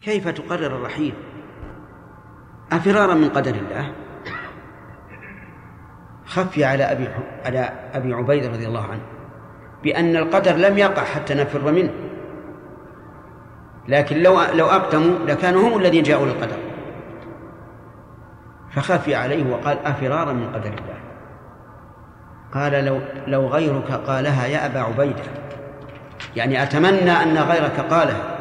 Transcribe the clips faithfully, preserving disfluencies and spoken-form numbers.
كيف تقرر الرحيل أفرارا من قدر الله؟ خفي على أبي, على أبي عبيدة رضي الله عنه بأن القدر لم يقع حتى نفر منه، لكن لو, لو أقدموا لكانوا هم الذين جاءوا للقدر، فخفي عليه وقال أفرارا من قدر الله. قال لو, لو غيرك قالها يا أبا عبيدة، يعني أتمنى أن غيرك قالها،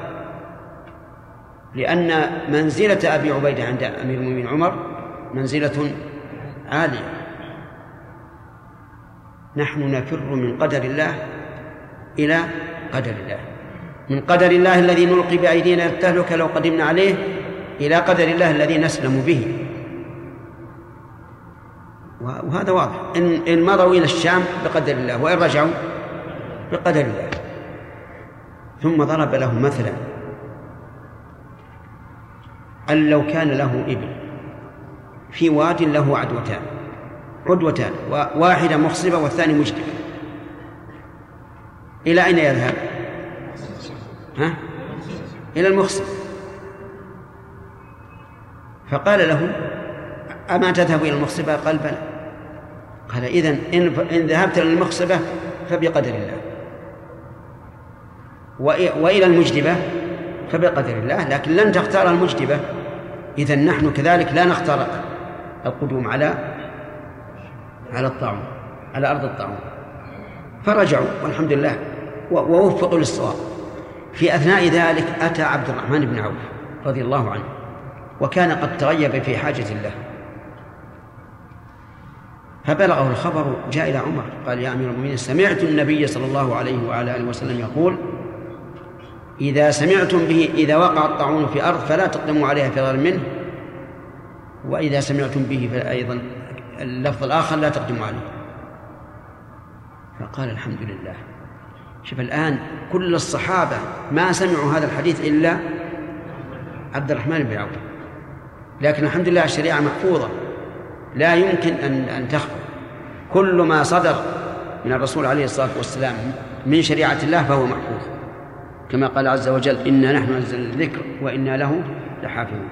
لأن منزلة أبي عبيدة عند أمير المؤمنين عمر منزلة عالية. نحن نفر من قدر الله إلى قدر الله، من قدر الله الذي نلقي بأيدينا التهلكة لو قدمنا عليه إلى قدر الله الذي نسلم به. وهذا واضح، إن, إن مضوا إلى الشام بقدر الله، وإن رجعوا بقدر الله. ثم ضرب له مثلا أن لو كان له إبل في واد له عدوتان عدوتان واحدة مخصبة والثاني مجدبة، إلى أين يذهب؟ ها؟ إلى المخصب. فقال له أما تذهب إلى المخصبة؟ قال بلى. قال إذن إن, إن ذهبت إلى المخصبة فبقدر الله، وإلى المجدبة فبقدر الله، لكن لن تختار المجدبة. إذن نحن كذلك لا نختار القدوم على على الطاعون، على أرض الطاعون. فرجعوا والحمد لله ووفقوا للصواب. في أثناء ذلك أتى عبد الرحمن بن عوف رضي الله عنه، وكان قد تغيب في حاجة الله، فبلغه الخبر، جاء إلى عمر قال يا أمير المؤمنين سمعت النبي صلى الله عليه وعلى آله وسلم يقول إذا سمعتم به إذا وقع الطاعون في أرض فلا تقدموا عليها فرارا منه، وإذا سمعتم به فأيضا اللفظ الآخر لا تقدموا عليه. فقال الحمد لله. شوف الآن كل الصحابة ما سمعوا هذا الحديث إلا عبد الرحمن بن عوف، لكن الحمد لله الشريعة محفوظة لا يمكن أن, أن تخفى. كل ما صدر من الرسول عليه الصلاة والسلام من شريعة الله فهو محفوظ، كما قال عز وجل إنا نحن نزلنا الذكر وإنا له لحافظون.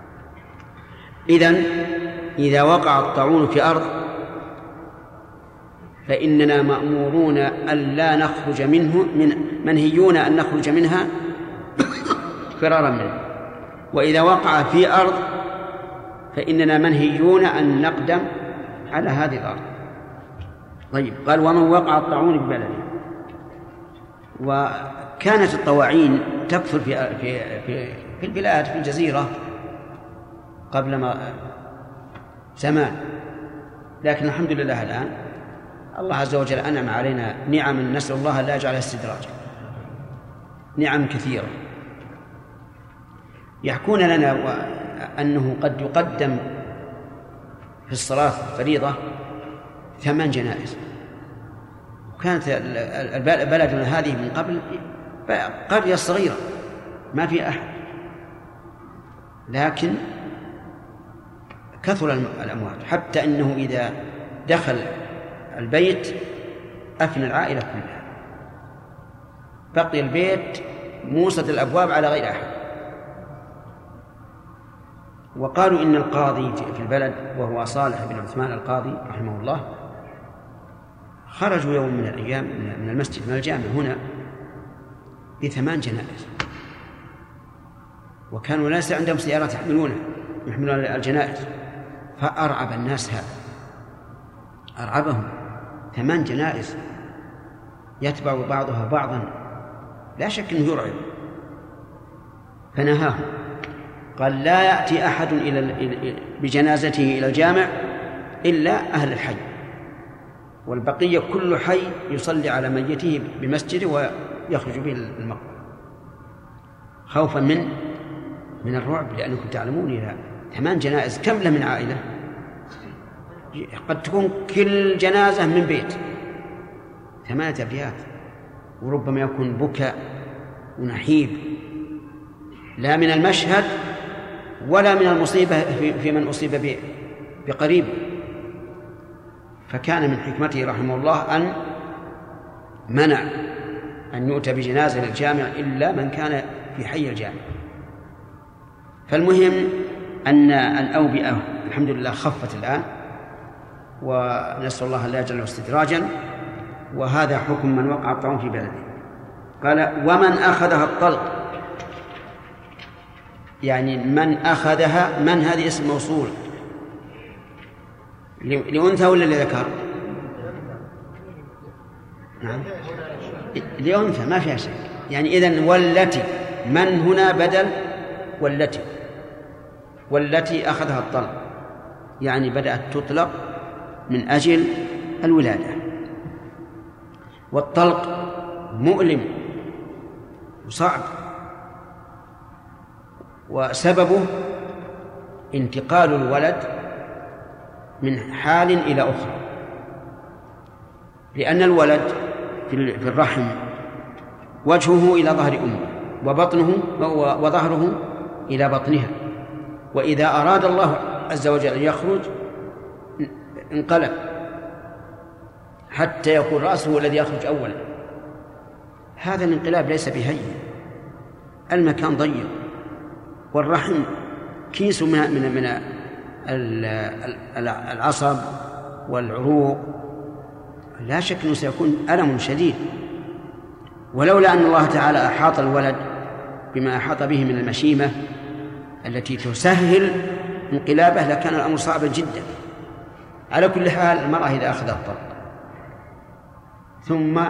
إذن إذا وقع الطاعون في أرض فإننا مأمورون أن لا نخرج منه، من منهيون أن نخرج منها فرارا منه، وإذا وقع في أرض فإننا منهيون أن نقدم على هذه الأرض. طيب، قال ومن وقع الطاعون ببلده. وكانت الطواعين تكثر في في في, في البلاد في الجزيرة قبل ما زمان، لكن الحمد لله الآن الله عز وجل أنعم علينا نعم نسأل الله لا يجعلها استدراجا، نعم كثيرة. يحكون لنا أنه قد يقدم في الصلاة الفريضة ثمان جنائز، وكانت بلدنا هذه من قبل قرية صغيرة ما في أحد، لكن كثر الأموات حتى أنه إذا دخل البيت أفنى العائلة كلها، بقي البيت موصد الأبواب على غير أحد. وقالوا إن القاضي في البلد وهو صالح بن عثمان القاضي رحمه الله خرجوا يوم من الأيام من المسجد من الجامع هنا بثمان جنائز، وكانوا ناس عندهم سيارات يحملونها يحملون الجنائز، فأرعب الناس هذا، أرعبهم ثمان جنائز يتبع بعضها بعضا، لا شك أنه يرعب. فنهاهم قال لا يأتي أحد إلى بجنازته إلى الجامع إلا أهل الحي، والبقية كل حي يصلي على ميته بمسجده ويخرج به المقبرة، خوفا من من الرعب، لأنكم تعلمون إلى ثمان جنائز كم له من عائلة، قد تكون كل جنازة من بيت، ثمانية أبيات، وربما يكون بكاء ونحيب، لا من المشهد ولا من المصيبة في من أصيب بقريب. فكان من حكمته رحمه الله أن منع أن يؤتى بجنازة للجامع إلا من كان في حي الجامع، فالمهم أن الأوبئة الحمد لله خفت الآن، ونسأل الله لا يجعله استدراجا، وهذا حكم من وقع الطاعون في بلده. قال ومن أخذها الطلق، يعني من أخذها، من هذه اسم موصول لأنثى ولا لذكر؟ نعم لأنثى ما فيها شيء، يعني إذن والتي، من هنا بدل والتي، والتي أخذها الطلق يعني بدأت تطلق من أجل الولادة. والطلق مؤلم وصعب، وسببه انتقال الولد من حال إلى أخرى، لأن الولد في الرحم وجهه إلى ظهر أمه، وبطنه وظهره إلى بطنها، وإذا أراد الله عز وجل أن يخرج انقلب حتى يكون رأسه الذي يخرج أولا. هذا الانقلاب ليس بهين، المكان ضيق، والرحم كيس من من من العصب والعروق، لا شك أنه سيكون ألم شديد. ولولا أن الله تعالى أحاط الولد بما أحاط به من المشيمة التي تسهل انقلابه لكان الأمر صعبا جدا. على كل حال المرأة إذا أخذت الطلق ثم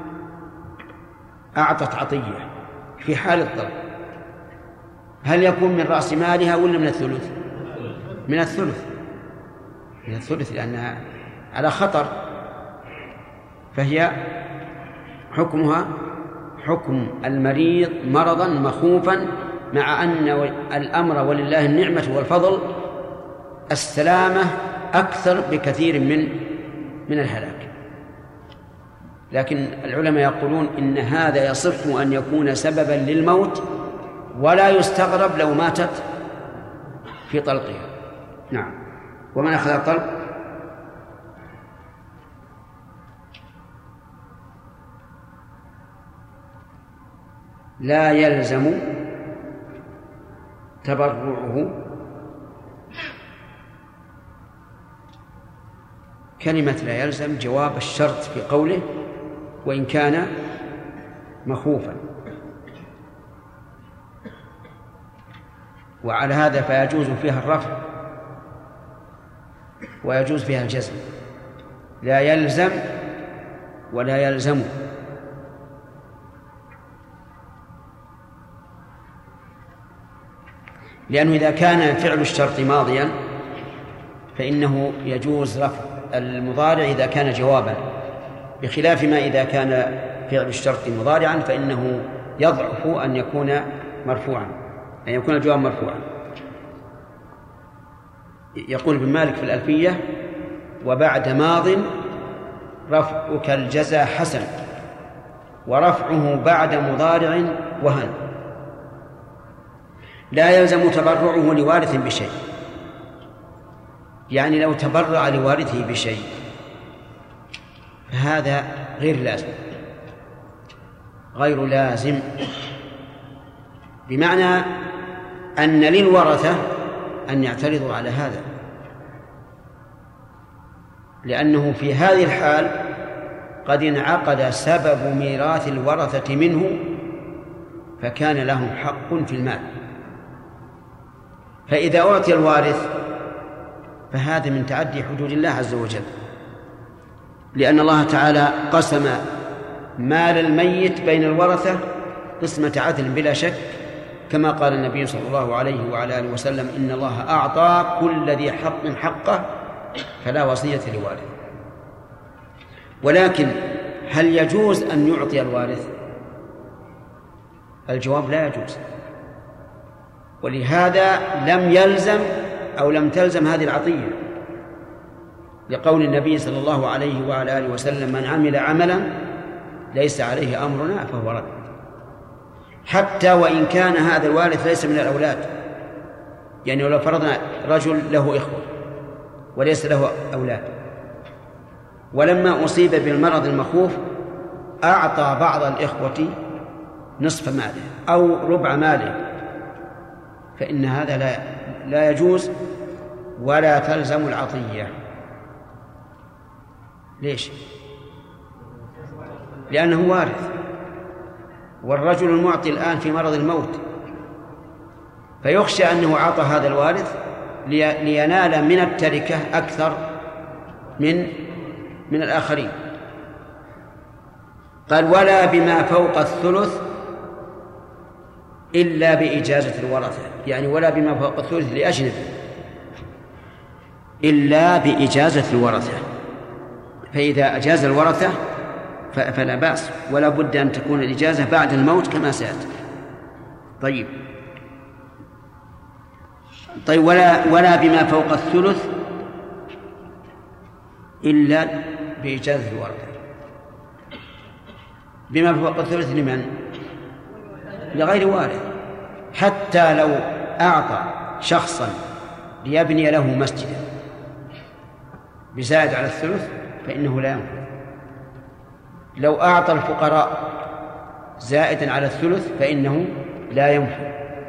أعطت عطية في حال الطلق، هل يكون من رأس مالها ولا من الثلث؟ من الثلث، من الثلث لأنها على خطر، فهي حكمها حكم المريض مرضا مخوفا، مع أن الأمر ولله النعمة والفضل السلامة أكثر بكثير من من الهلاك. لكن العلماء يقولون إن هذا يصح أن يكون سببا للموت، ولا يستغرب لو ماتت في طلقها. نعم. ومن أخذ الطلق لا يلزم تبرعه، كلمة لا يلزم جواب الشرط في قوله وإن كان مخوفا، وعلى هذا فيجوز فيها الرفع ويجوز فيها الجزم، لا يلزم ولا يلزم. لأنه إذا كان فعل الشرط ماضيا فإنه يجوز رفع المضارع إذا كان جوابا، بخلاف ما إذا كان فعل الشرط مضارعا فإنه يضعف أن يكون مرفوعا، أن يكون الجواب مرفوعا. يقول ابن مالك في الألفية وبعد ماض رفعك الجزاء حسن، ورفعه بعد مضارع وهن. لا يلزم تبرعه لوارث بشيء، يعني لو تبرع لوارثه بشيء فهذا غير لازم، غير لازم، بمعنى أن للورثة أن يعترضوا على هذا، لأنه في هذه الحال قد انعقد سبب ميراث الورثة منه فكان لهم حق في المال. فإذا أعطي الوارث فهذا من تعدي حدود الله عز وجل، لأن الله تعالى قسم مال الميت بين الورثة قسمة عدل بلا شك، كما قال النبي صلى الله عليه وعلى آله وسلم إن الله أعطى كل ذي حق حقه فلا وصية لوارث. ولكن هل يجوز أن يعطي الوارث؟ الجواب لا يجوز، ولهذا لم يلزم أو لم تلزم هذه العطية، لقول النبي صلى الله عليه وعلى آله وسلم من عمل عملا ليس عليه أمرنا فهو رد. حتى وإن كان هذا الوارث ليس من الأولاد، يعني لو فرضنا رجل له إخوة وليس له أولاد، ولما أصيب بالمرض المخوف أعطى بعض الإخوة نصف ماله أو ربع ماله، فإن هذا لا لا يجوز ولا تلزم العطية. ليش؟ لأنه وارث، والرجل المعطي الآن في مرض الموت، فيخشى أنه أعطى هذا الوارث لينال من التركة أكثر من من الآخرين. قال ولا بما فوق الثلث إلا بإجازة الورثة، يعني ولا بما فوق الثلث لأجنبي إلا بإجازة الورثة. فإذا أجاز الورثة فلا بأس، ولا بد أن تكون الإجازة بعد الموت كما سيأتي. طيب طيب ولا ولا بما فوق الثلث إلا بإجازة الورثة. بما فوق الثلث لمن؟ لغير وارث. حتى لو أعطى شخصا ليبني له مسجدا بزائد على الثلث فإنه لا ينفع. لو أعطى الفقراء زائدا على الثلث فإنه لا ينفع،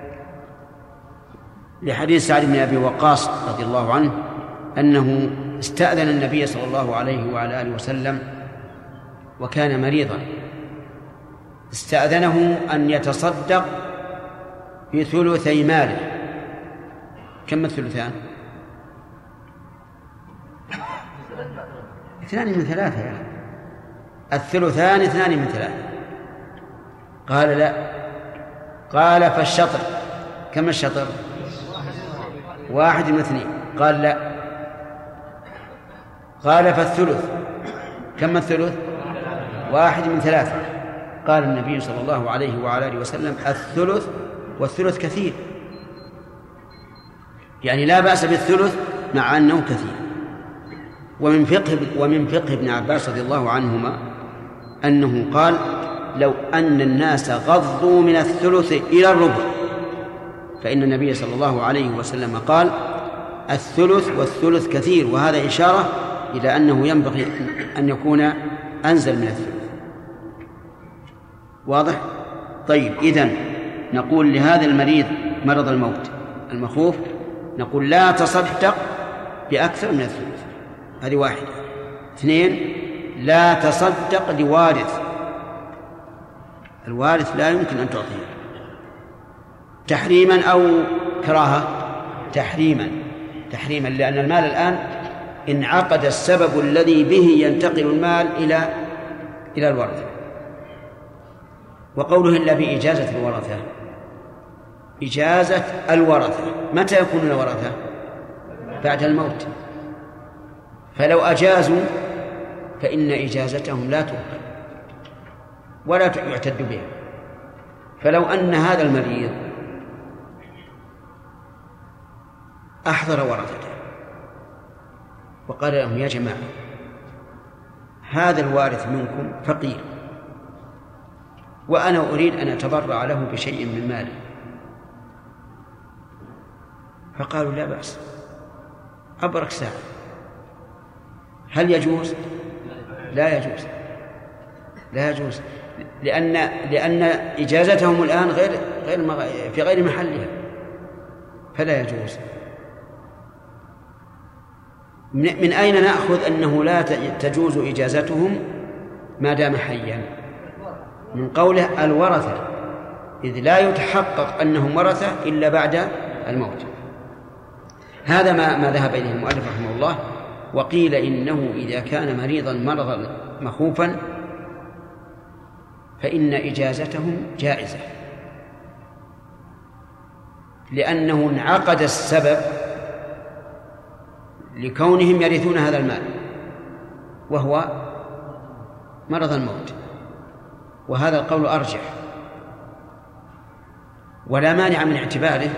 لحديث سعد بن أبي وقاص رضي الله عنه أنه استأذن النبي صلى الله عليه وعلى آله وسلم وكان مريضا، استأذنه أن يتصدق بثلثي ماله. كم الثلثان؟ اثنان من ثلاثة يا أخي. الثلثان اثنان من ثلاثة. قال لا، قال فالشطر. كم الشطر؟ واحد من اثنين. قال لا. قال فالثلث. كم الثلث؟ واحد من ثلاثة. قال النبي صلى الله عليه وعلى آله وسلم الثلث، والثلث كثير، يعني لا بأس بالثلث مع أنه كثير. ومن فقه ومن فقه ابن عباس رضي الله عنهما أنه قال لو أن الناس غضوا من الثلث إلى الربع، فإن النبي صلى الله عليه وسلم قال الثلث والثلث كثير، وهذا إشارة إلى أنه ينبغي أن يكون أنزل من الثلث. واضح؟ طيب إذن نقول لهذا المريض مرض الموت المخوف، نقول لا تصدق بأكثر من الثلث، هذه واحدة. اثنين، لا تصدق لوارث، الوارث لا يمكن أن تعطيه. تحريما أو كراهة؟ تحريما، تحريما، لأن المال الآن انعقد السبب الذي به ينتقل المال إلى إلى الورثة. وقوله إلا بإجازة الورثة، إجازة الورثة متى يكون الورثة؟ بعد الموت. فلو أجازوا فإن إجازتهم لا تقبل ولا يعتد بها. فلو أن هذا المريض أحضر ورثته وقال لهم يا جماعة هذا الوارث منكم فقير وأنا أريد أن أتبرع له بشيء من ماله، فقالوا لا بأس أبرك ساعة، هل يجوز؟ لا يجوز، لا يجوز، لأن لأن إجازتهم الآن غير غير في غير محلها، فلا يجوز. من أين نأخذ أنه لا تجوز إجازتهم ما دام حيا؟ من قوله الورثة، إذ لا يتحقق أنهم ورثة إلا بعد الموت. هذا ما ما ذهب إليه المؤلف رحمه الله. وقيل إنه إذا كان مريضا مرضا مخوفا فإن إجازتهم جائزة، لأنه انعقد السبب لكونهم يرثون هذا المال وهو مرض الموت، وهذا القول أرجح ولا مانع من اعتباره.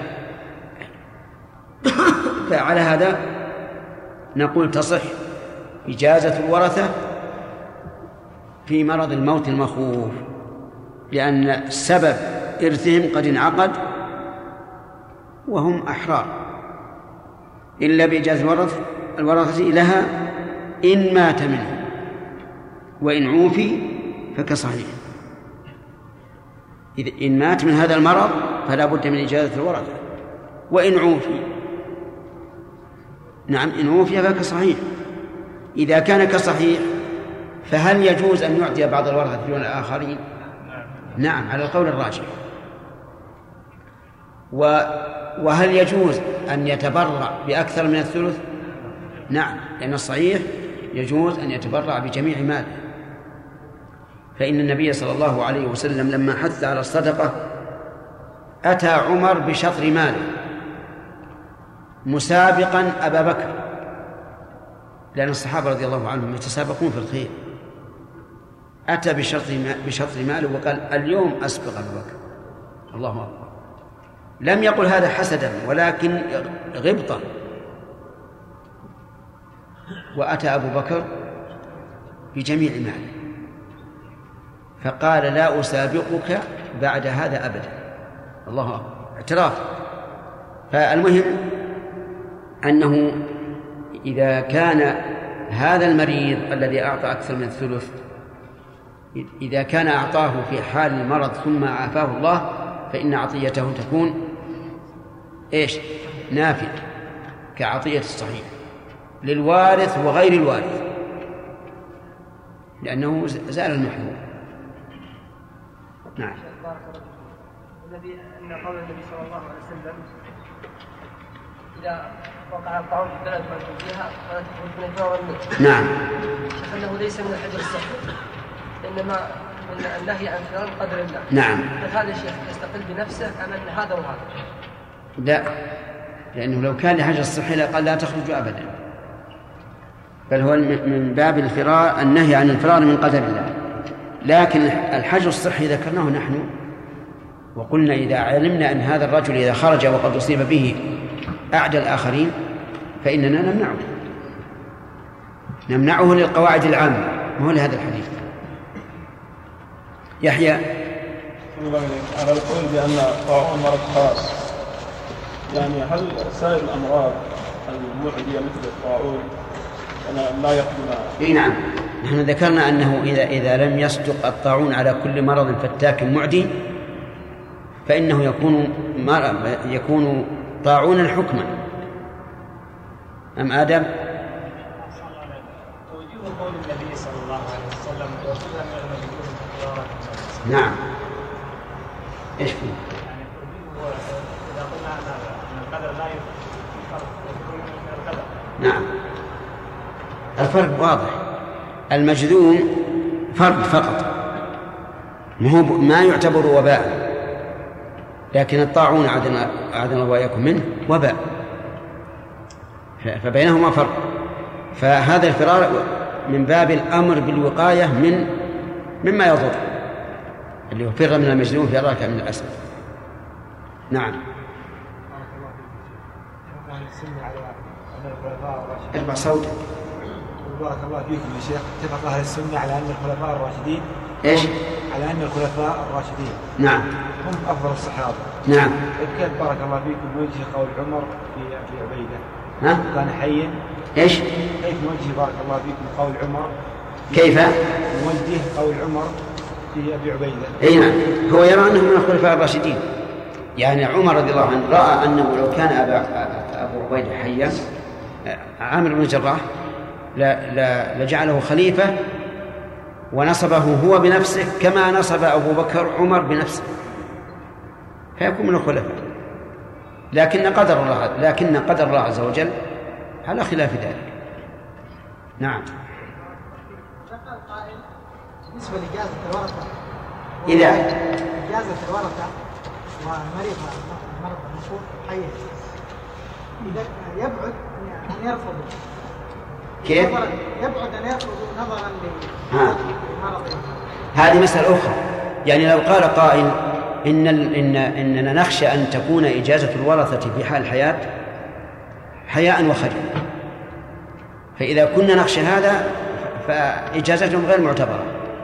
فعلى هذا نقول تصح إجازة الورثة في مرض الموت المخوف، لأن سبب إرثهم قد انعقد وهم أحرار، إلا بإجازة الورثة الورثة لها إن مات منه، وإن عوفي فكصحيح. إذا إن مات من هذا المرض فلا بد من إجازة الورثة، وإن عوفي. نعم إن عوفي فكصحيح. إذا كان كصحيح فهل يجوز أن يعطي بعض الورثة دون الآخرين؟ نعم على القول الراجح. وهل يجوز أن يتبرع بأكثر من الثلث؟ نعم لأن الصحيح يجوز أن يتبرع بجميع ماله. فإن النبي صلى الله عليه وسلم لما حث على الصدقة أتى عمر بشطر ماله مسابقا أبا بكر، لأن الصحابة رضي الله عنهم يتسابقون في الخير. أتى بشطر ماله وقال اليوم أسبق أبا بكر. الله أكبر. لم يقل هذا حسدا ولكن غبطا. وأتى أبو بكر بجميع ماله فقال لا أسابقك بعد هذا أبدا. الله أكبر. اعتراف. فالمهم أنه إذا كان هذا المريض الذي أعطى أكثر من الثلث إذا كان أعطاه في حال المرض ثم عافاه الله فإن عطيته تكون إيش؟ نافذة كعطية الصحيح للوارث وغير الوارث، لأنه زال المحذور. نعم. الذي أن قول النبي صلى الله عليه وسلم إذا وقع الطاعون في البلد وأنتم فيها فلا تخرج من الجوع والموت. نعم. أنه ليس من الحجر الصحي إنما من النهي عن فعل قدر الله. نعم. هذا الشيء يستقل بنفسه أم أن هذا وهذا؟ لا، لأنه لو كان لحجر الصحي لقال لا تخرج أبدا، بل هو من باب الفرار، النهي عن الفرار من قدر الله. لكن الحجر الصحي ذكرناه نحن وقلنا إذا علمنا أن هذا الرجل إذا خرج وقد أصيب به أعدى الآخرين فإننا نمنعه نمنعه للقواعد العامة مو لهذا الحديث. يحيى على القول بأن الطاعون مرض خاص، يعني هل سائر الأمراض المعدية مثل الطاعون لا يقبلها؟ اي نعم، نحن ذكرنا أنه إذا إذا لم يصدق الطاعون على كل مرض فتاك معدي فإنه يكون يكون طاعونا حكما. أم آدم؟ توجيه قول النبي صلى الله عليه وسلم وكذا من المجهول. نعم. إيش فيه؟ يعني توجيه إذا قلنا أن القدر لا يفرق من القدر. نعم. الفرق واضح. المجذوم فرد فقط ما يعتبر وباء، لكن الطاعون أعاذنا الله وإياكم منه وباء، فبينهما فرق. فهذا الفرار من باب الأمر بالوقاية من مما يضر، اللي هو فر من المجذوم فراك من الأسد. نعم. ارفع صوتك. بارك الله فيكم يا شيخ. اتفق أهل السنة على أن الخلفاء الراشدين إيش؟ على أن الخلفاء الراشدين نعم هم أفضل الصحابة. نعم. كيف بارك الله فيكم نوجه قول عمر في أبي عبيدة ها؟ كان حيا؟ إيش؟ كيف نوجه بارك الله فيكم قول عمر؟ كيف؟ نوجه قول عمر في أبي عبيدة. أي نعم، هو يرى أنه من الخلفاء الراشدين. يعني عمر رضي الله عنه رأى أنه لو كان أبا أبو عبيدة حيا عامر بن الجراح لا لا لجعله خليفة ونصبه هو بنفسه كما نصب أبو بكر عمر بنفسه، فيكون من الخلفاء. لكن قدر الله لكن قدر الله عز وجل على خلاف ذلك. نعم. بالنسبة لإجازة الورثة، إذا إجازة الورثة ومريض مرض مشهور حي إذا يبعد أن يرفضوا كيف؟ يبعد أن يرفضوا نظرا لمرضه. هذه مسألة أخرى. يعني لو قال قائل إن إن إننا نخشى أن تكون إجازة الورثة في حال الحياة حياء وخجلا، فإذا كنا نخشى هذا فإجازتهم غير معتبرة.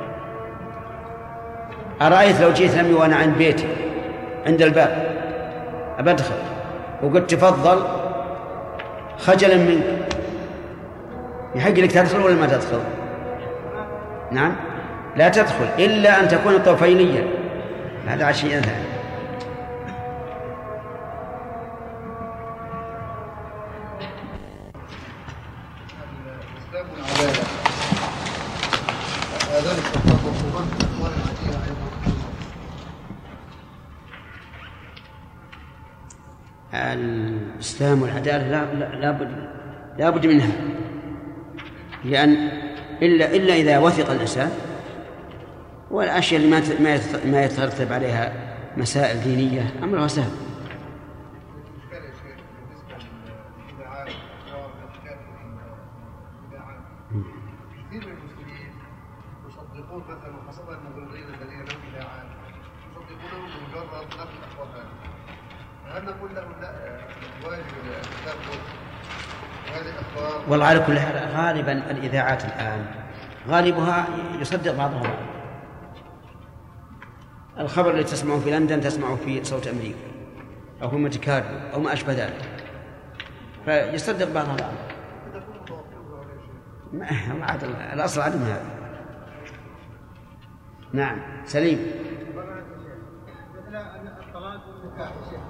أرأيت لو جيت لمي وأنا عند بيتي عند الباب أبدخل وقلت تفضل خجلا منك، يحق لك تدخل ولا ما تدخل؟ نعم لا تدخل إلا أن تكون طفيليا، هذا شيء ثاني. عبادة ذلك التطهر والعتيق أيضا. الإسلام والعدالة لا لا لابد لابد منها، لأن إلا إلا إذا وثق الإنسان، والأشياء اللي ما ما يترتب عليها مسائل دينية أمرها سهل. كثير من المسلمين يصدقون مثلا خاصة المغرضين الذين لهم إذاعات يصدقونهم بمجرد نقل الأخبار هذه. هل نقول لهم لا واجب الكتاب وهذه الأخبار؟ والله على كل حال غالبا الإذاعات الآن غالبها يصدق بعضها. الخبر اللي تسمعه في لندن تسمعه في صوت أمريكا أو في مونتي كارلو أو ما أشبه ذلك، فيصدق بعضها بعضا. ما عاد الأصل عدم هذا. نعم سليم. مثل الطلاق والنكاح يا شيخ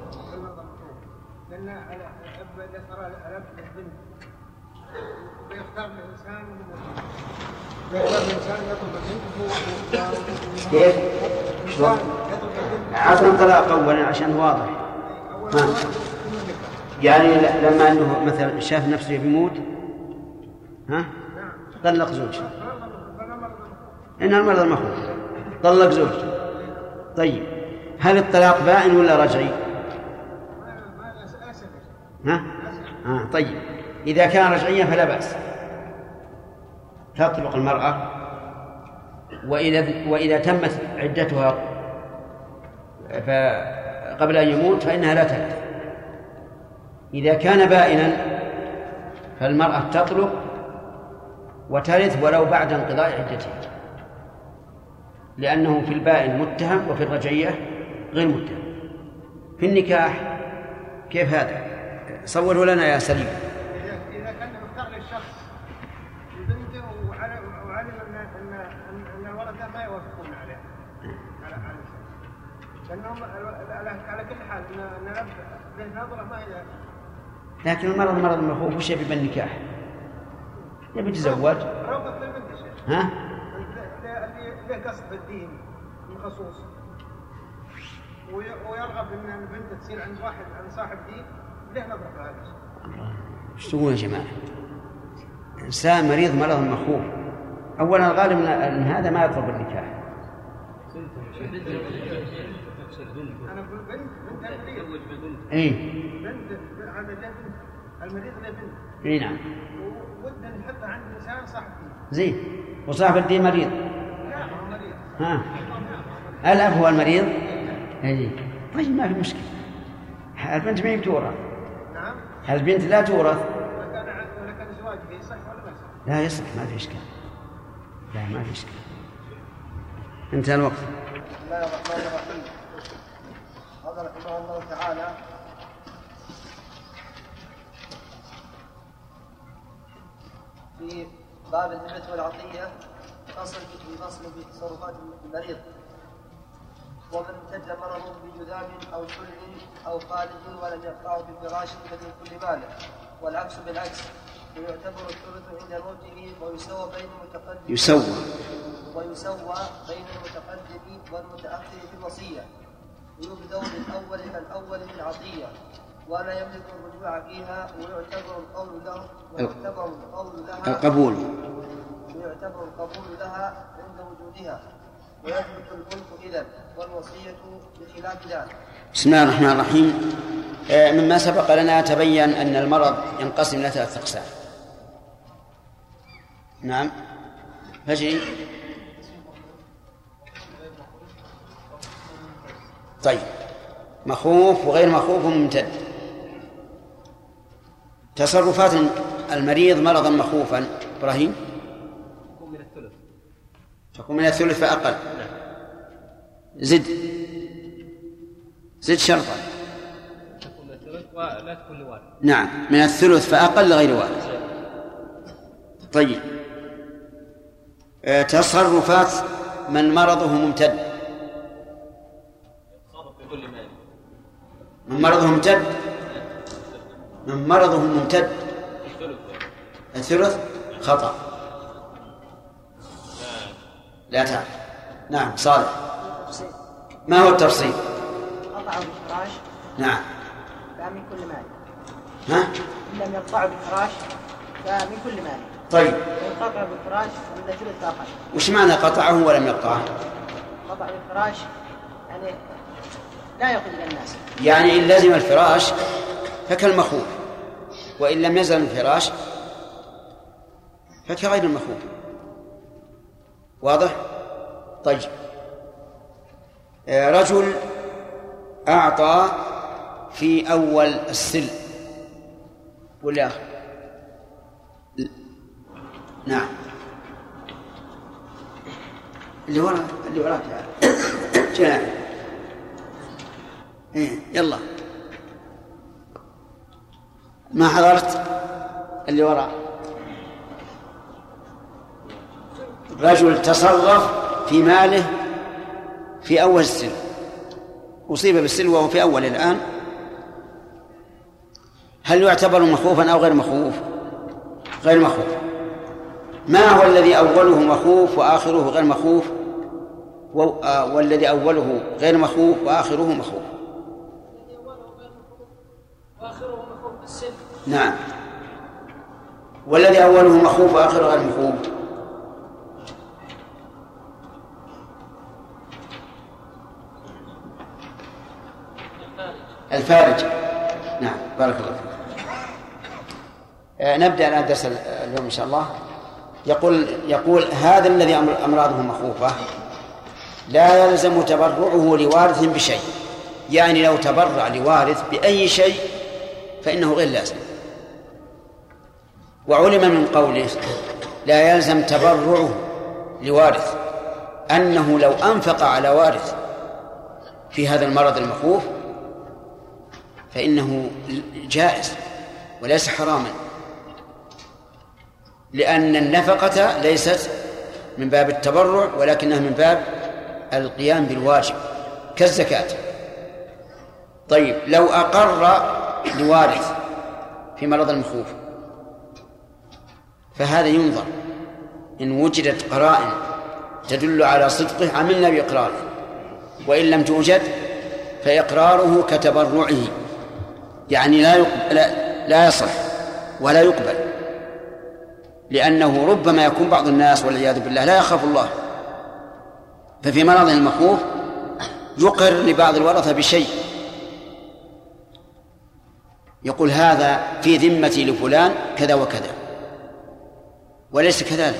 لأن الأب إذا ترى الأب للبنت ويختار الإنسان ويختار الإنسان يطلب البنت كيف؟ شلون؟ عطنا الطلاق أولا عشان واضح. ها. يعني لما أنه مثلا شاف نفسه بيموت ها طلق زوجته، إنها المرض المخوف طلق زوجته. طيب هل الطلاق بائن ولا رجعي؟ ها؟ آه طيب إذا كان رجعيا فلا بأس، تطلق المرأة، وإذا وإذا تمت عدتها قبل أن يموت فإنها لا ترث. إذا كان بائنا فالمرأة تطلق وترث ولو بعد انقضاء عدتها، لأنه في البائن متهم وفي الرجعية غير متهم. في النكاح كيف هذا؟ صوره لنا يا سليم. إذا كان مختار للشخص بنته وعلم أن أن أن الولد ما يوافقون عليه على على لأنهم على كل حال أن الأب له نظرة ما هي. لكن المرض مرض المخوف وش يبي بالنكاح؟ يبي يتزوج. روضة للبنت يا شيخ. ها؟ اللي له قصد بالدين مخصوص ويرغب أن البنت تصير عند واحد عن صاحب دين له نظرة في هذا الشيء. ايش تقول يا جماعة؟ إنسان مريض مرض مخوف، أولا الغالب أن هذا ما يطلب النكاح. أنا أقول بنت بنت المريض. إيه. بنت هذا له بنت المريض له بنت. إيه نعم. ودنا نحطها عند إنسان صاحب دين. زين. وصاحب الدين مريض. لا هو مريض. ها. الأب هو المريض. إيه. طيب ما في مشكلة. البنت ما هي بتورث. نعم. البنت لا تورث. ولكن ولكن الزواج فيه صح ولا ما يصح؟ لا يصح، ما في إشكال. لا ما في إشكال. انتهى الوقت. بسم الله الرحمن الرحيم. قال رحمه الله تعالى: في باب الهبة والعطية فصل في فصل في تصرفات المريض. ومن امتد مرضه بجذام أو شل أو خالد ولم يقطعه بفراش ففي كل مانع، والعكس بالعكس، ويعتبر الثلث عند موته ويسوى بين المتقدم يسوى ويسوى بين المتقدم والمتأخر في الوصية، ويبدأ بالأول فالأول في العطية ولا يملك الرجوع فيها، ويعتبر القول له ويعتبر القول لها القبول ويعتبر القبول لها عند وجودها، ويثبت الملك إذن والوصية بخلاف ذلك. بسم الله الرحمن الرحيم. مما سبق لنا تبين أن المرض ينقسم إلى ثلاثة أقسام. نعم فجي. طيب مخوف وغير مخوف وممتد. تصرفات المريض مرضا مخوفا إبراهيم تكون من الثلث تكون من الثلث فأقل. زد زد شرطا. تكون من الثلث ولا تكون لوالد. نعم من الثلث فأقل لغير والد. طيب تصرفات من مرضه ممتد. من مرضه ممتد من مرضه ممتد الثلث خطأ. لا تعرف. نعم صالح. ما هو التفصيل؟ قطعه بالفراش. نعم. فمن كل مال. ها؟ إن لم يقطعه بالفراش فمن كل مال. طيب. وإن قطعه بالفراش فمن ثلث آخر. وش معنى قطعه ولم يقطعه؟ قطع بالفراش يعني لا يأخذ إلى الناس. يعني إن لزم الفراش فكالمخوف، وإن لم يزل الفراش فكغير المخوف. واضح؟ طيب. رجل أعطى في أول السلم ولا نعم اللي وراك اللي وراك جاء إيه يلا ما حضرت اللي وراء. رجل تصرف في ماله في أول السن، أصيب بالسن وهو في أول الآن، هل يعتبر مخوفا أو غير مخوف؟ غير مخوف. ما هو الذي أوله مخوف وآخره غير مخوف؟ والذي أوله غير مخوف وآخره مخوف. وآخره مخوف بالسن. نعم. والذي أوله مخوف وآخره غير مخوف. الفارج. نعم بارك الله فيك. آه نبدأ الآن درس اليوم إن شاء الله. يقول يقول هذا الذي أمراضه مخوفة لا يلزم تبرعه لوارث بشيء، يعني لو تبرع لوارث بأي شيء فإنه غير لازم. وعلم من قوله لا يلزم تبرعه لوارث أنه لو أنفق على وارث في هذا المرض المخوف فإنه جائز وليس حراما، لأن النفقة ليست من باب التبرع ولكنها من باب القيام بالواجب كالزكاة. طيب لو أقر لوارث في مرض المخوف فهذا ينظر، إن وجدت قرائن تدل على صدقه عملنا بإقراره، وإن لم توجد فإقراره كتبرعه، يعني لا يقبل لا يصح ولا يقبل، لأنه ربما يكون بعض الناس والعياذ بالله لا يخاف الله، ففي مرض المخوف يقر لبعض الورثة بشيء يقول هذا في ذمتي لفلان كذا وكذا، وليس كذلك.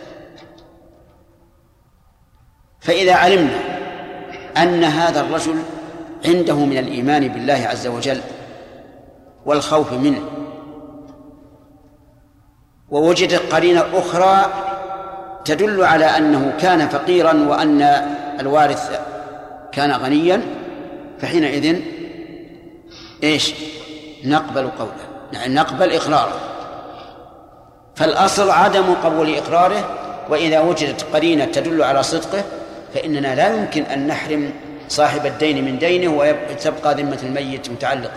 فإذا علمنا أن هذا الرجل عنده من الإيمان بالله عز وجل والخوف منه، ووجدت قرينة أخرى تدل على أنه كان فقيرا وأن الوارث كان غنيا، فحينئذ إيش نقبل قوله، يعني نقبل إقراره. فالأصل عدم قبول إقراره، وإذا وجدت قرينة تدل على صدقه فإننا لا يمكن أن نحرم صاحب الدين من دينه وتبقى ذمة الميت متعلقة.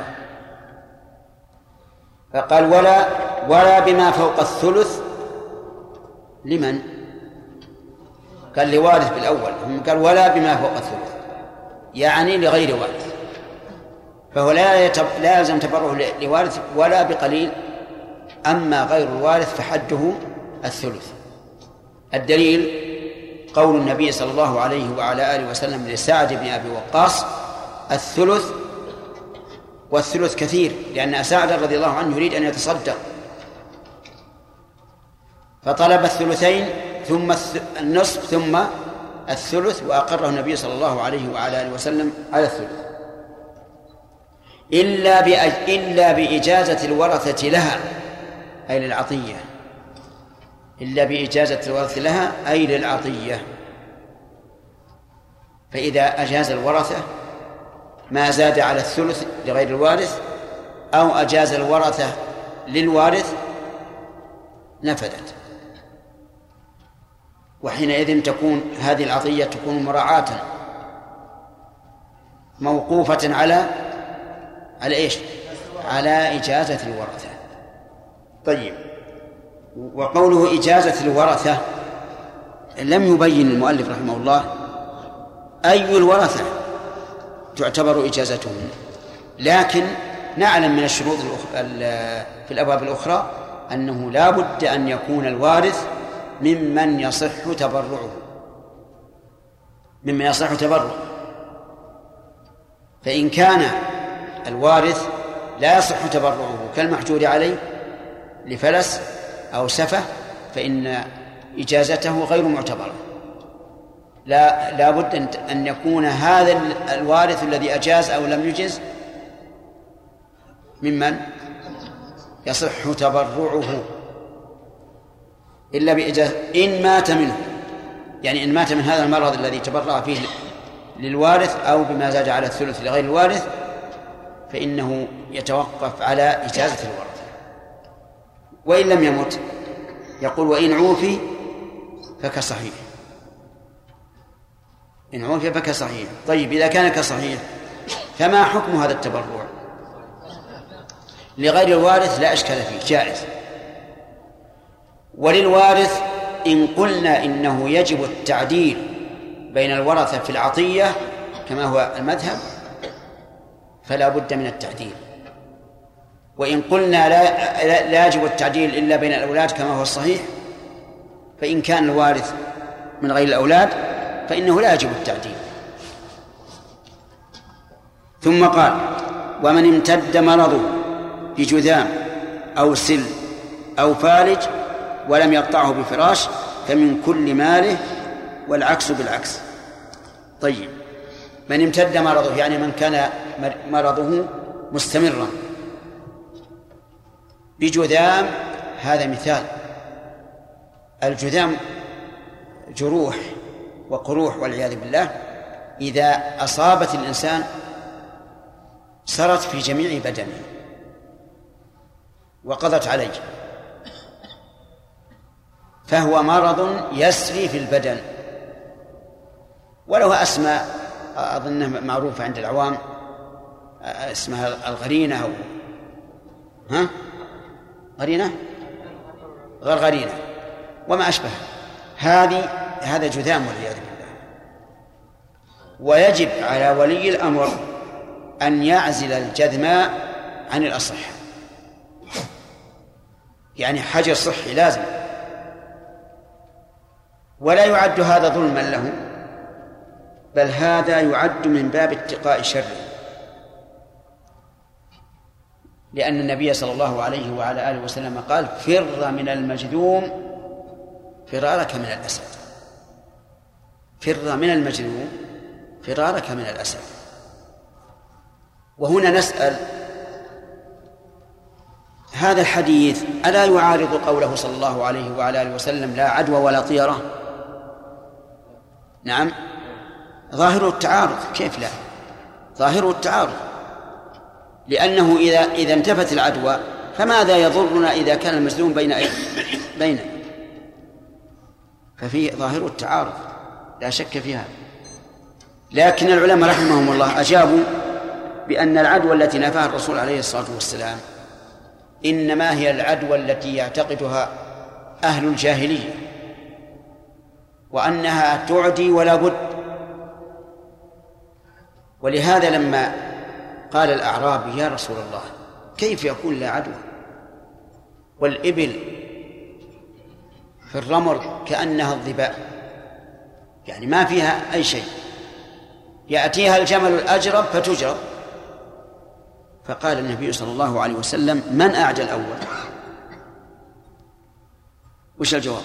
فقال ولا ولا بما فوق الثلث لمن؟ قال لوارث بالأول، هم قال ولا بما فوق الثلث يعني لغير وارث، فهو لا يتب... لا يلزم تبرعه لوارث ولا بقليل. أما غير الوارث فحده الثلث. الدليل قول النبي صلى الله عليه وعلى آله وسلم لسعد بن أبي وقاص الثلث، والثلث كثير لأن سعد رضي الله عنه يريد أن يتصدق فطلب الثلثين ثم النصف ثم الثلث، وأقره النبي صلى الله عليه وعلى آله وسلم على الثلث إلا بأج... إلا بإجازة الورثة لها أي للعطية، إلا بإجازة الورثة لها أي للعطية. فإذا أجاز الورثة ما زاد على الثلث لغير الوارث أو أجاز الورثة للوارث نفذت، وحينئذ تكون هذه العطية تكون مراعاة موقوفة على على إيش؟ على إجازة الورثة. طيب وقوله إجازة الورثة لم يبين المؤلف رحمه الله أي الورثة تعتبر إجازتهم، لكن نعلم من الشروط في الأبواب الأخرى أنه لا بد أن يكون الوارث ممن يصح تبرعه ممن يصح تبرعه فإن كان الوارث لا يصح تبرعه كالمحجور عليه لفلس أو سفة فإن إجازته غير معتبرة. لا لا بد أن يكون هذا الوارث الذي أجاز أو لم يجز ممن يصح تبرعه إلا بإجازة إن مات منه، يعني إن مات من هذا المرض الذي تبرع فيه للوارث أو بما زاد على الثلث لغير الوارث فإنه يتوقف على إجازة الورثة. وإن لم يمت يقول وإن عوفي فكصحيح، إن عوفي فكصحيح. طيب إذا كان كصحيح فما حكم هذا التبرع لغير الوارث؟ لا إشكال فيه، جائز. وللوارث إن قلنا إنه يجب التعديل بين الورثة في العطية كما هو المذهب فلا بد من التعديل، وإن قلنا لا, لا يجب التعديل إلا بين الأولاد كما هو الصحيح فإن كان الوارث من غير الأولاد فإنه لا يجب التعديل. ثم قال ومن امتد مرضه بجذام أو سل أو فالج ولم يقطعه بفراش فمن كل ماله والعكس بالعكس. طيب من امتد مرضه يعني من كان مرضه مستمرا بجذام، هذا مثال. الجذام جروح وقروح والعياذ بالله إذا أصابت الإنسان سرت في جميع بدنه وقضت عليه، فهو مرض يسري في البدن وله أسماء أظنها معروفة عند العوام، اسمها الغرينة أو ها غرينة غرغرينة وما أشبه. هذه هذا جذام والعياذ بالله. ويجب على ولي الأمر أن يعزل الجذماء عن الأصح، يعني حجر صحي لازم، ولا يعد هذا ظلما له بل هذا يعد من باب اتقاء شره، لأن النبي صلى الله عليه وعلى آله وسلم قال فر من المجذوم فرارك من الأسد. فر من المجذوم فرارك من الأسد. وهنا نسأل هذا الحديث ألا يعارض قوله صلى الله عليه وعلى آله وسلم لا عدوى ولا طيرة؟ نعم ظاهره التعارض. كيف لا؟ ظاهره التعارض، لأنه إذا إذا انتفت العدوى فماذا يضرنا إذا كان المجذوم بين بيننا؟ ففي ظاهره التعارض لا شك فيها. لكن العلماء رحمهم الله أجابوا بأن العدوى التي نفاها الرسول عليه الصلاة والسلام إنما هي العدوى التي يعتقدها أهل الجاهلية وأنها تعدي ولا بد. ولهذا لما قال الأعرابي يا رسول الله كيف يكون لا عدوى والإبل في الرمر كأنها الظباء، يعني ما فيها أي شيء، يأتيها الجمل الأجرب فتجرب. فقال النبي صلى الله عليه وسلم من أعدى الأول؟ وش الجواب؟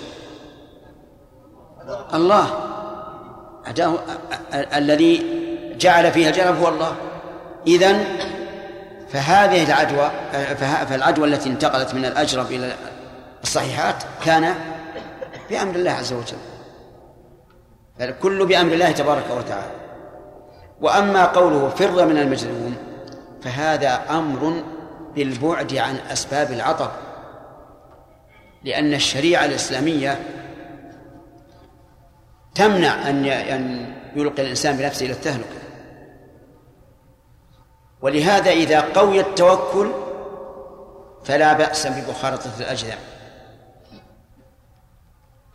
الله أعداه، الذي جعل فيها الجرب هو الله. إذن فهذه العدوى فالعدوى التي انتقلت من الأجرب إلى الصحيحات كان بأمر الله عز وجل، فالكل بأمر الله تبارك وتعالى. وأما قوله فر من المجذوم فهذا أمر بالبعد عن أسباب العطب، لأن الشريعة الإسلامية تمنع أن يلقي الإنسان بنفسه إلى التهلكة. ولهذا إذا قوي التوكل فلا بأس بمخالطة الأجذام،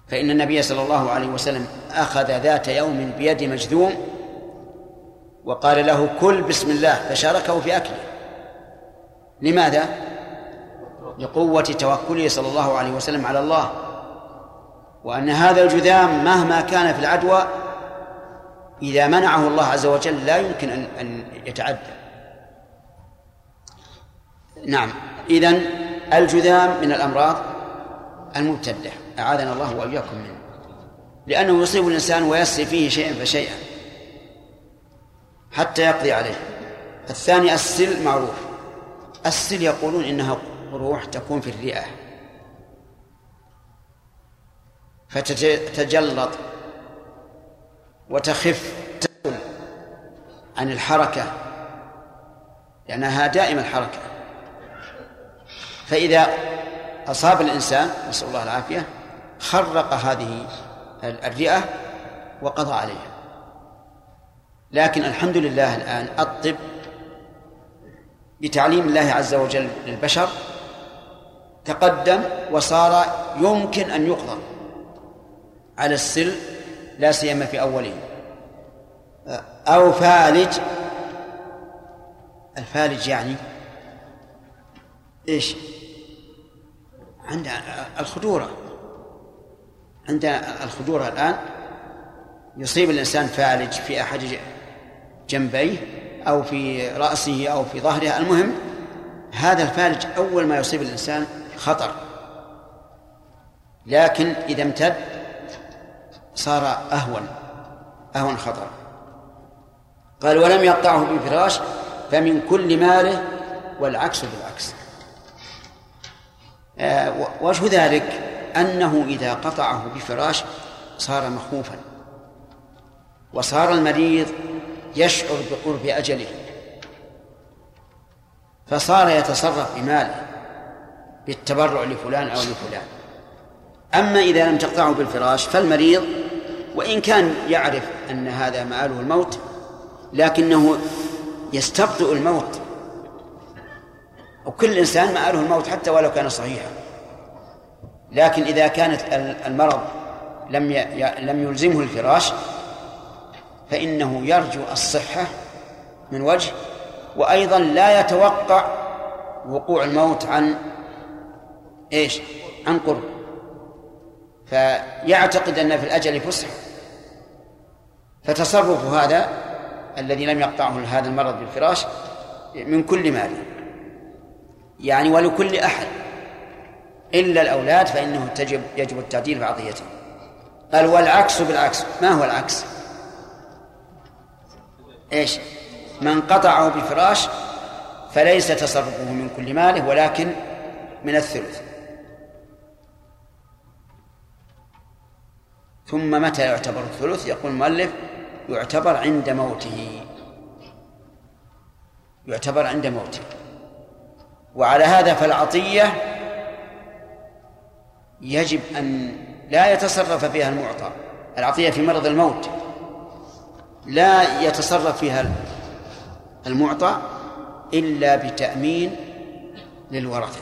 فإن النبي صلى الله عليه وسلم أخذ ذات يوم بيد مجذوم وقال له كل بسم الله، فشاركه في أكله. لماذا؟ لقوة توكله صلى الله عليه وسلم على الله، وأن هذا الجذام مهما كان في العدوى إذا منعه الله عز وجل لا يمكن أن يتعدى. نعم، إذن الجذام من الأمراض المبتدة، أعاذنا الله وإياكم منه، لأنه يصيب الإنسان ويسري فيه شيئا فشيئا حتى يقضي عليه. الثاني السل معروف. السل يقولون إنها قروح تكون في الرئة فتتجلط وتخف تقل عن الحركة لأنها دائما الحركة، فإذا أصاب الإنسان نسأل الله العافية خرق هذه الرئة وقضى عليها. لكن الحمد لله الآن الطب بتعليم الله عز وجل للبشر تقدم وصار يمكن أن يقضى على السل، لا سيما في أوله. أو فالج. الفالج يعني إيش؟ عند الخدورة، عند الخدورة الآن يصيب الإنسان فالج في أحد جنبيه أو في رأسه أو في ظهره، المهم هذا الفالج أول ما يصيب الإنسان خطر، لكن إذا امتد صار أهون أهون خطر. قال ولم يقطعه بفراش فمن كل ماله والعكس بالعكس. آه وجه ذلك أنه إذا قطعه بفراش صار مخوفا، وصار المريض يشعر بقرب أجله فصار يتصرف بماله بالتبرع لفلان أو لفلان. أما إذا لم تقطعه بالفراش فالمريض وإن كان يعرف أن هذا مآله الموت لكنه يستبطئ الموت، وكل إنسان مآله الموت حتى ولو كان صحيحا، لكن إذا كانت المرض لم لم يلزمه الفراش فإنه يرجو الصحة من وجه، وأيضا لا يتوقع وقوع الموت عن إيش؟ عن قرب، فيعتقد أن في الأجل فسحة. فتصرف هذا الذي لم يقطعه هذا المرض بالفراش من كل ماله، يعني ولكل أحد إلا الأولاد فإنه تجب يجب التعديل في عطيته. قال والعكس بالعكس. ما هو العكس؟ إيش؟ من قطعه بفراش فليس تصرفه من كل ماله ولكن من الثلث. ثم متى يعتبر الثلث؟ يقول المؤلف يعتبر عند موته، يعتبر عند موته. وعلى هذا فالعطية يجب أن لا يتصرف فيها المعطى. العطية في مرض الموت لا يتصرف فيها المعطى إلا بتأمين للورثة.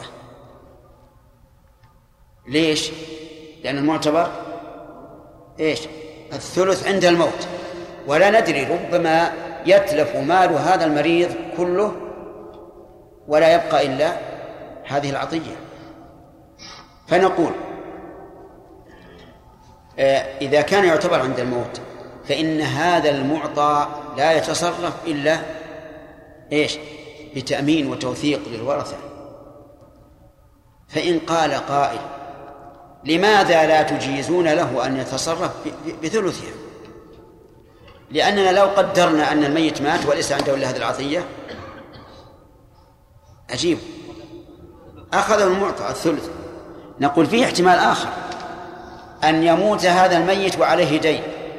ليش؟ لأن المعتبر إيش؟ الثلث عند الموت، ولا ندري ربما يتلف مال هذا المريض كله ولا يبقى إلا هذه العطية. فنقول إذا كان يعتبر عند الموت فإن هذا المعطى لا يتصرف إلا إيش؟ بتأمين وتوثيق للورثة. فإن قال قائل لماذا لا تجيزون له أن يتصرف بثلثها؟ لأننا لو قدرنا أن الميت مات وليس عنده إلا هذه العطية عجيب أخذه المعطى الثلث. نقول فيه احتمال آخر، أن يموت هذا الميت وعليه دين،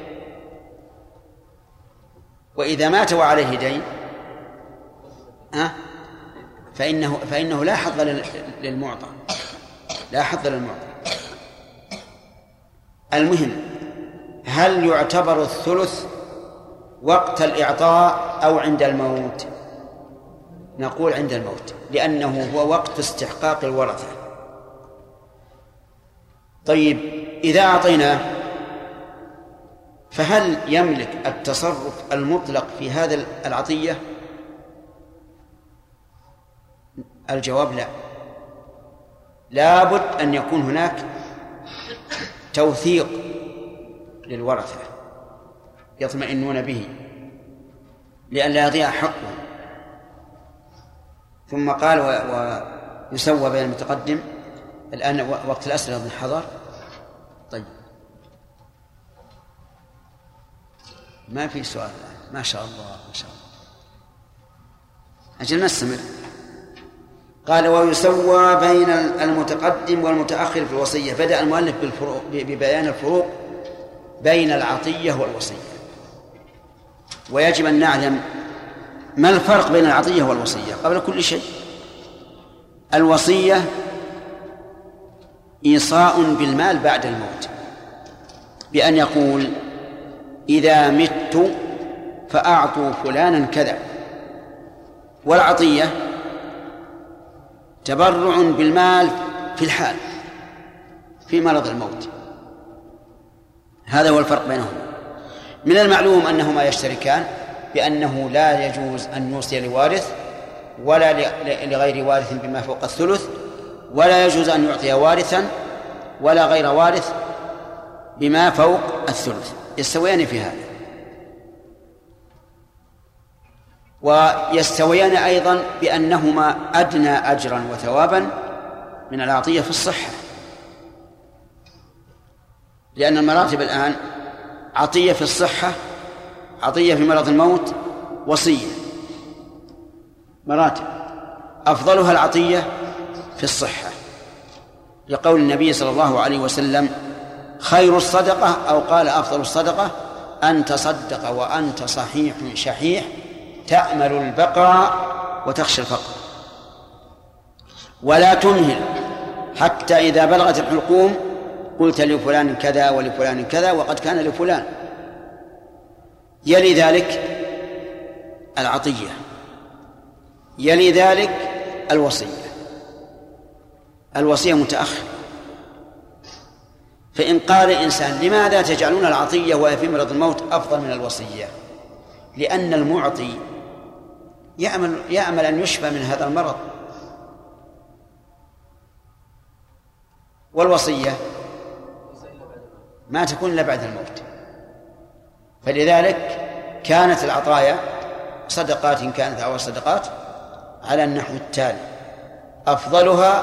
وإذا مات وعليه دين أه؟ فإنه, فإنه لا حظ للمعطى، لا حظ للمعطى. المهم هل يعتبر الثلث وقت الإعطاء أو عند الموت؟ نقول عند الموت، لأنه هو وقت استحقاق الورثة. طيب إذا أعطيناه فهل يملك التصرف المطلق في هذا العطية؟ الجواب لا. لابد أن يكون هناك توثيق للورثة يطمئنون به لئلا يضيع حقه. ثم قال ويسوى بين المتقدم. الآن وقت الأسئلة من حضر. طيب ما في سؤال الآن. ما شاء الله ما شاء الله. أجل نستمر. قال ويسوى بين المتقدم والمتأخر في الوصية. بدأ المؤلف بالفروق ببيان الفروق بين العطية والوصية، ويجب أن نعلم ما الفرق بين العطية والوصية قبل كل شيء. الوصية إيصاء بالمال بعد الموت بأن يقول إذا مت فأعطوا فلانا كذا. والعطية تبرع بالمال في الحال في مرض الموت. هذا هو الفرق بينهما. من المعلوم أنهما يشتركان بأنه لا يجوز أن يوصي لوارث ولا لغير وارث بما فوق الثلث، ولا يجوز أن يعطي وارثا ولا غير وارث بما فوق الثلث، يستويان في هذا. ويستويان أيضا بأنهما أدنى أجرا وثوابا من العطية في الصحة، لأن المراتب الآن عطية في الصحة، عطية في مرض الموت، وصية. مراتب أفضلها العطية في الصحة، لقول النبي صلى الله عليه وسلم خير الصدقة أو قال أفضل الصدقة أن تصدق وأنت صحيح شحيح تأمل البقاء وتخشى الفقر، ولا تمهل حتى إذا بلغت الحلقوم قلت لفلان كذا ولفلان كذا وقد كان لفلان. يلي ذلك العطية، يلي ذلك الوصية. الوصية متأخر. فإن قال إنسان لماذا تجعلون العطية وهي في مرض الموت أفضل من الوصية؟ لأن المعطي يأمل, يأمل أن يشفى من هذا المرض، والوصية ما تكون إلا بعد الموت. فلذلك كانت العطايا صدقات كانت أو صدقات على النحو التالي: أفضلها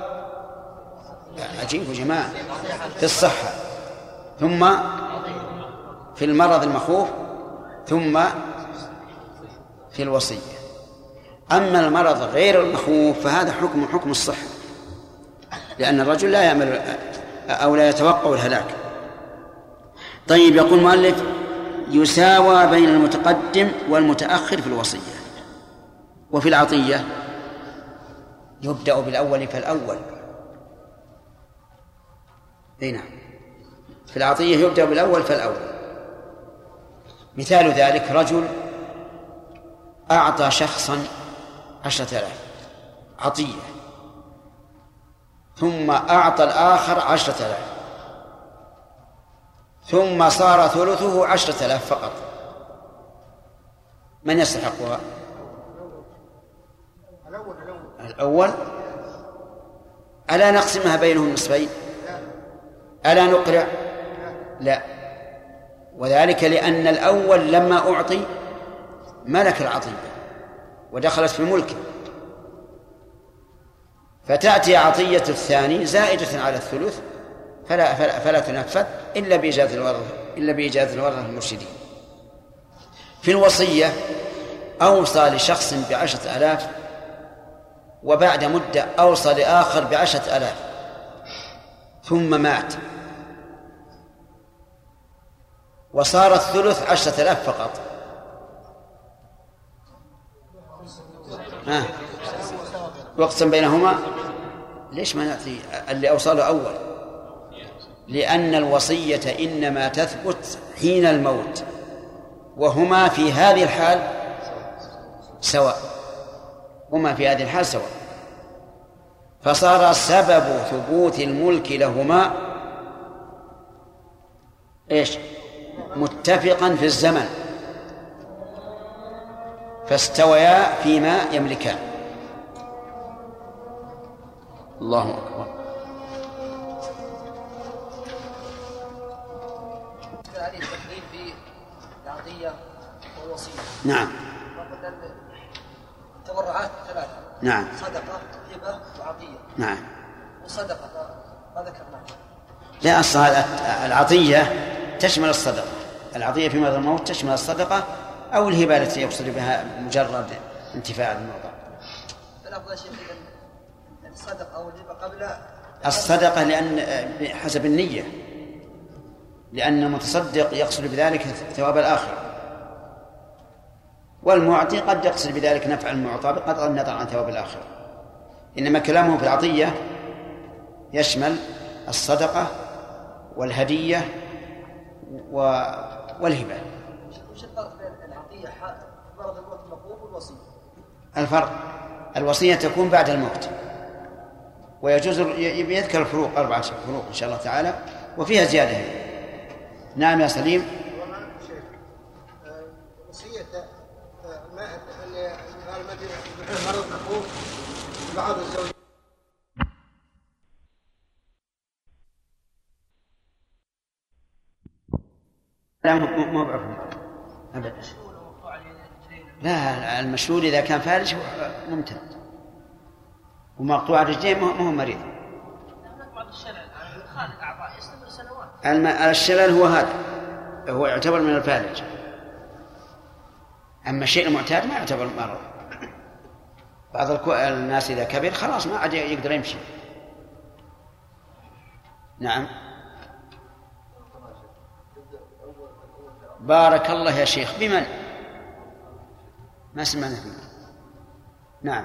عجيب يا جماعة في الصحة، ثم في المرض المخوف، ثم في الوصية. أما المرض غير المخوف فهذا حكم حكم الصحة، لأن الرجل لا يعمل أو لا يتوقع الهلاك. طيب، يقول المؤلف يساوى بين المتقدم والمتأخر في الوصية. وفي العطية يبدأ بالأول فالأول. نعم، في العطية يبدأ بالأول فالأول. مثال ذلك: رجل أعطى شخصا عشرة آلاف عطية، ثم أعطى الآخر عشرة آلاف، ثم صار ثلثه عشرة آلاف فقط. من يستحقها؟ الأول. ألا نقسمها بينهم نصفين؟ ألا نقرع؟ لا، وذلك لأن الأول لما أعطي ملك العطية ودخلت في ملكه، فتأتي عطية الثاني زائدة على الثلث فلا, فلا, فلا تنفذ إلا بإجازة الورثة إلا بإجازة الورثة المرشدين. في الوصية أوصى لشخص بعشرة آلاف، وبعد مدة أوصى لآخر بعشرة آلاف، ثم مات وصار الثلث عشرة آلاف فقط. ها واقسم بينهما. ليش ما نأتي اللي أوصله أول؟ لأن الوصية إنما تثبت حين الموت، وهما في هذه الحال سواء، هما في هذه الحال سواء، فصار سبب ثبوت الملك لهما إيش متفقا في الزمن فاستويا فيما يملكان. الله أكبر. هذه التحريم في العطية والوصية. نعم. وقلنا التبرعات ثلاثة. نعم. صدقة هبة وعطية. نعم. وصدقة ما ذكرناه. لا، أصلا العطية تشمل الصدقة. العطية في مرض الموت تشمل الصدقة أو الهبة التي يقصد بها مجرد انتفاع الموضع. الأفضل شيء الصدقة أو الهبة قبل الصدقة لأن حسب النية، لأن المتصدق يقصد بذلك ثواب الآخرة، والمعطي قد يقصد بذلك نفع المعطى بقطع النظر عن ثواب الآخرة. إنما كلامه في العطية يشمل الصدقة والهدية والهبة. وش الفرق بين العطية مرض الموت المقبول والوصية؟ الفرق الوصية تكون بعد الموت، ويجوز يذكر الفروق أربعة فروق إن شاء الله تعالى وفيها زيادة. نعم يا سليم. وصية مرض الموت بعض الزوجين لا مو بعرف أبدا. لا، المشهور إذا كان فارج ممتد ومقطوع الرجلين مو مريض. الشلل هو هذا، هو يعتبر من الفارج. أما الشيء المعتاد ما يعتبر مرض. بعض الناس إذا كبر خلاص ما عاد يقدر يمشي. نعم. بارك الله يا شيخ. بمن؟ ما سمعنا فيه. نعم.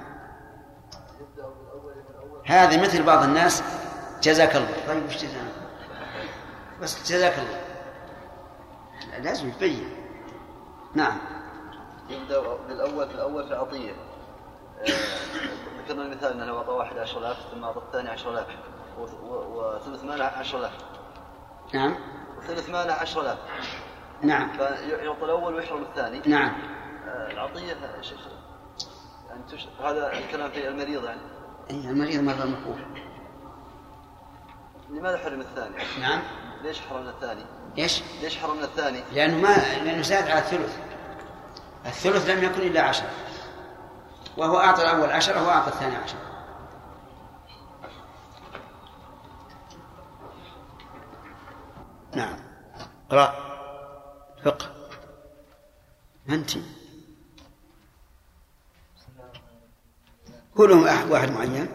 هذا مثل بعض الناس. جزاك الله. طيب وش جزاك؟ بس جزاك الله لازم يبين. نعم. يبدأ بالأول في الأول في العطية. ذكرنا المثال أنه لو أعطى واحد عشر آلاف ثم أعطى الثاني عشر آلاف وثلث ماله عشر آلاف. نعم. وثلث ماله عشر آلاف. نعم. فيعطى الأول ويحرم الثاني. نعم. العطية شيخ يعني تش... هذا الكلام في المريض يعني. أي المريض مرض المقبول. لماذا حرم الثاني؟ نعم. ليش حرمنا الثاني؟ إيش؟ ليش حرمنا الثاني؟ لأنه ما لأنه زاد على الثلث. الثلث لم يكن إلا عشرة، وهو أعطى الأول عشرة وأعطى الثاني عشرة. نعم. قرأ فقه. أنت كلهم أحد واحد معين.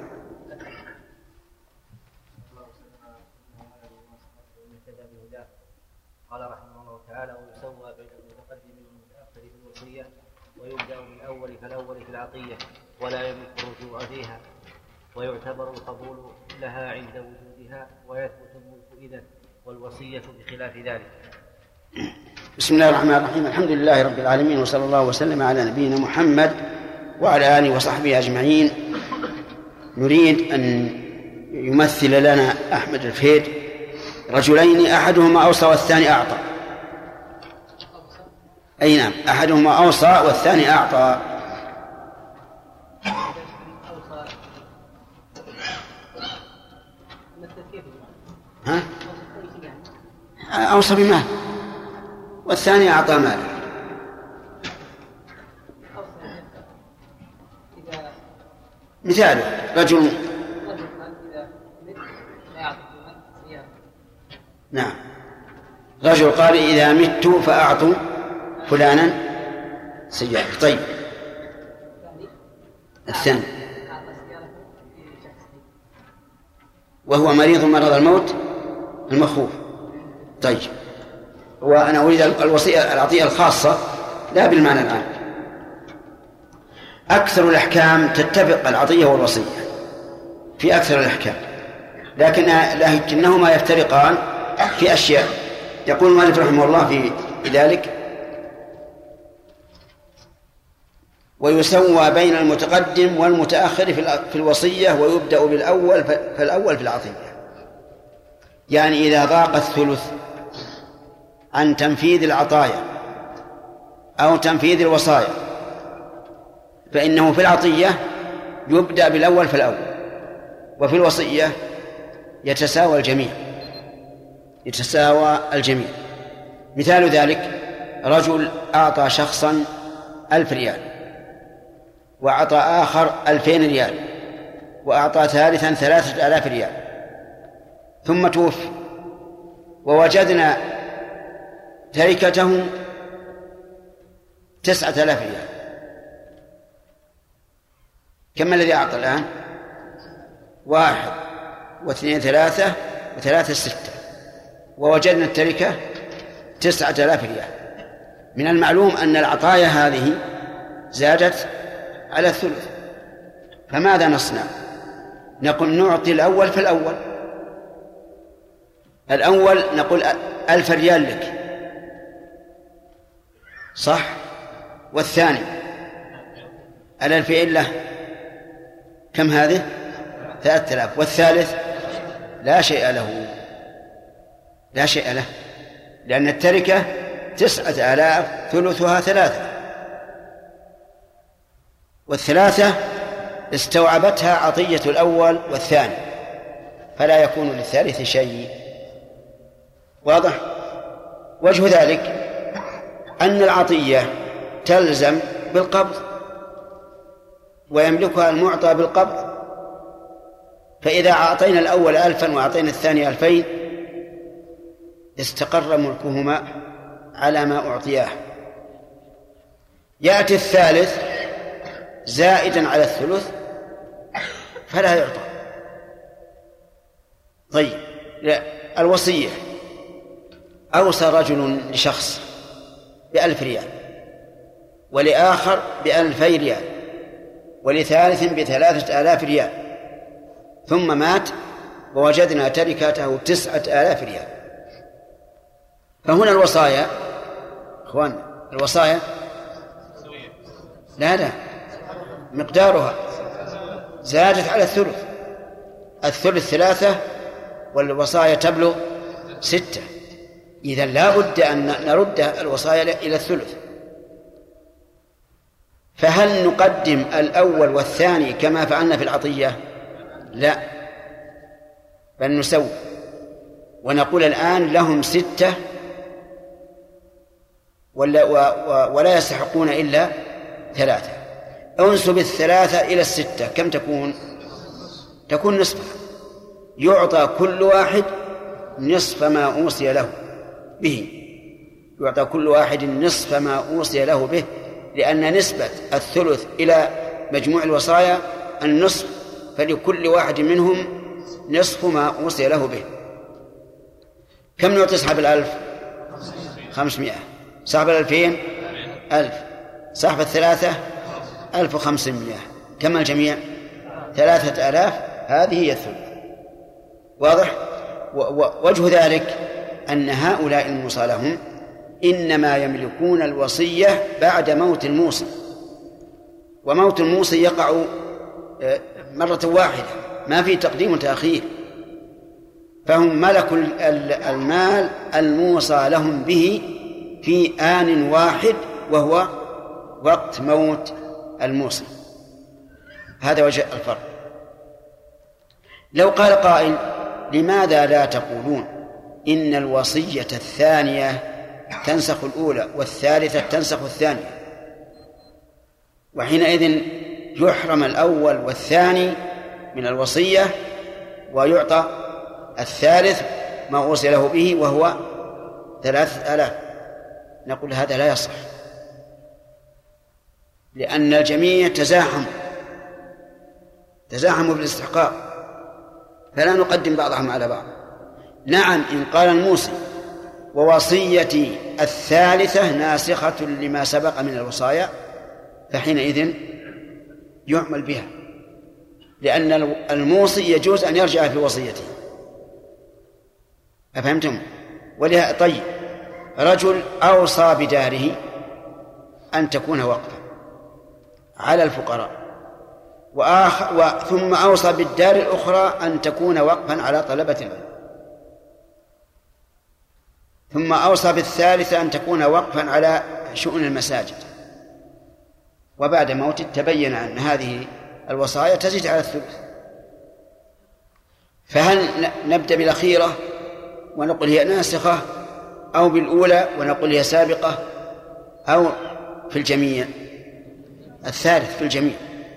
قال رحمه الله تعالى: ويسوى بين المتقدم والمتأخر في الوصية، ويبدأ بالأول فالأول في العطية ولا يملك الرجوع فيها، ويعتبر القبول لها عند وجودها ويثبت الملك إذن، والوصية بخلاف ذلك. بسم الله الرحمن الرحيم. الحمد لله رب العالمين، وصلى الله وسلم على نبينا محمد وعلى آله وصحبه أجمعين. نريد أن يمثل لنا أحمد الفهيد رجلين أحدهما أوصى والثاني أعطى. أي نعم، أحدهما أوصى والثاني أعطى. ها؟ أوصى بمال والثاني أعطى مال. مثاله رجل نعم رجل قال إذا مت فأعطوا فلانا سيارة. طيب الثاني وهو مريض مرض الموت المخوف. طيب وأنا أريد الوصية العطية الخاصة لا بالمعنى العام. أكثر الأحكام تتفق العطية والوصية في أكثر الأحكام، لكن لكنهما يفترقان في أشياء. يقول المؤلف رحمه الله في ذلك: ويسوى بين المتقدم والمتأخر في الوصية ويبدأ بالأول فالأول في العطية. يعني إذا ضاق الثلث عن تنفيذ العطايا أو تنفيذ الوصايا فإنه في العطية يبدأ بالأول فالأول، وفي الوصية يتساوى الجميع يتساوى الجميع. مثال ذلك رجل أعطى شخصا ألف ريال، وأعطى آخر ألفين ريال، وأعطى ثالثا ثلاثة آلاف ريال، ثم توفي ووجدنا تركته تسعة آلاف ريال. كم الذي أعطى الآن؟ واحد واثنين ثلاثة وثلاثة ستة، ووجدنا التركة تسعة آلاف ريال. من المعلوم أن العطايا هذه زادت على الثلث، فماذا نصنع؟ نقول نعطي الأول فالأول. الأول نقول ألف ريال لك، صح؟ والثاني الألفين له، كم هذه؟ ثلاثة آلاف. والثالث لا شيء له، لا شيء له، لأن التركة تسعة آلاف ثلثها ثلاثة، والثلاثة استوعبتها عطية الأول والثاني، فلا يكون للثالث شيء. واضح؟ وجه ذلك أن العطية تلزم بالقبض ويملكها المعطى بالقبض، فإذا أعطينا الأول ألفا وأعطينا الثاني ألفين استقر ملكهما على ما أعطياه. يأتي الثالث زائدا على الثلث فلا يعطى. طيب، الوصية أوصى رجل لشخص بألف ريال، ولآخر بألفي ريال، ولثالث بثلاثة آلاف ريال، ثم مات ووجدنا تركته تسعة آلاف ريال. فهنا الوصايا أخوان الوصايا لا لا مقدارها زادت على الثلث، الثلث ثلاثة والوصايا تبلغ ستة، إذن لا بد أن نرد الوصايا إلى الثلث. فهل نقدم الأول والثاني كما فعلنا في العطية؟ لا، بل نسوي ونقول الآن لهم ستة ولا, ولا يستحقون إلا ثلاثة. انسب الثلاثة إلى الستة كم تكون؟ تكون نصفها، يعطى كل واحد نصف ما أوصي له به، يعطى كل واحد نصف ما أوصي له به، لأن نسبة الثلث إلى مجموع الوصايا النصف، فلكل واحد منهم نصف ما أوصي له به. كم نعطي صاحب الألف؟ خمسمائة. صاحب الألفين ألف. صاحب الثلاثة ألف وخمسمائة. كم الجميع؟ ثلاثة آلاف. هذه هي الثلث. واضح؟ ووجه ذلك أن هؤلاء الموصى لهم إنما يملكون الوصية بعد موت الموصي، وموت الموصي يقع مرة واحدة، ما في تقديم وتأخير، فهم ملكوا المال الموصى لهم به في آن واحد وهو وقت موت الموصي. هذا وجه الفرق. لو قال قائل لماذا لا تقولون إن الوصية الثانية تنسخ الأولى والثالثة تنسخ الثانية، وحينئذ يحرم الأول والثاني من الوصية ويعطى الثالث ما أوصي له به وهو ثلاثة آلاف؟ نقول هذا لا يصح، لأن الجميع تزاحم تزاحموا بالاستحقاق، فلا نقدم بعضهم على بعض. نعم، إن قال الموصي ووصيتي الثالثة ناسخة لما سبق من الوصايا فحينئذ يعمل بها، لأن الموصي يجوز أن يرجع في وصيته. أفهمتم؟ ولها طيب، رجل أوصى بداره أن تكون وقفا على الفقراء، وآخر و... ثم أوصى بالدار الأخرى أن تكون وقفا على طلبة العلم. ثم أوصى بالثالثة أن تكون وقفا على شؤون المساجد، وبعد موته تبين أن هذه الوصايا تزيد على الثلث. فهل نبدأ بالأخيرة ونقول هي ناسخة، أو بالأولى ونقول هي سابقة، أو في الجميع؟ الثالث في الجميع.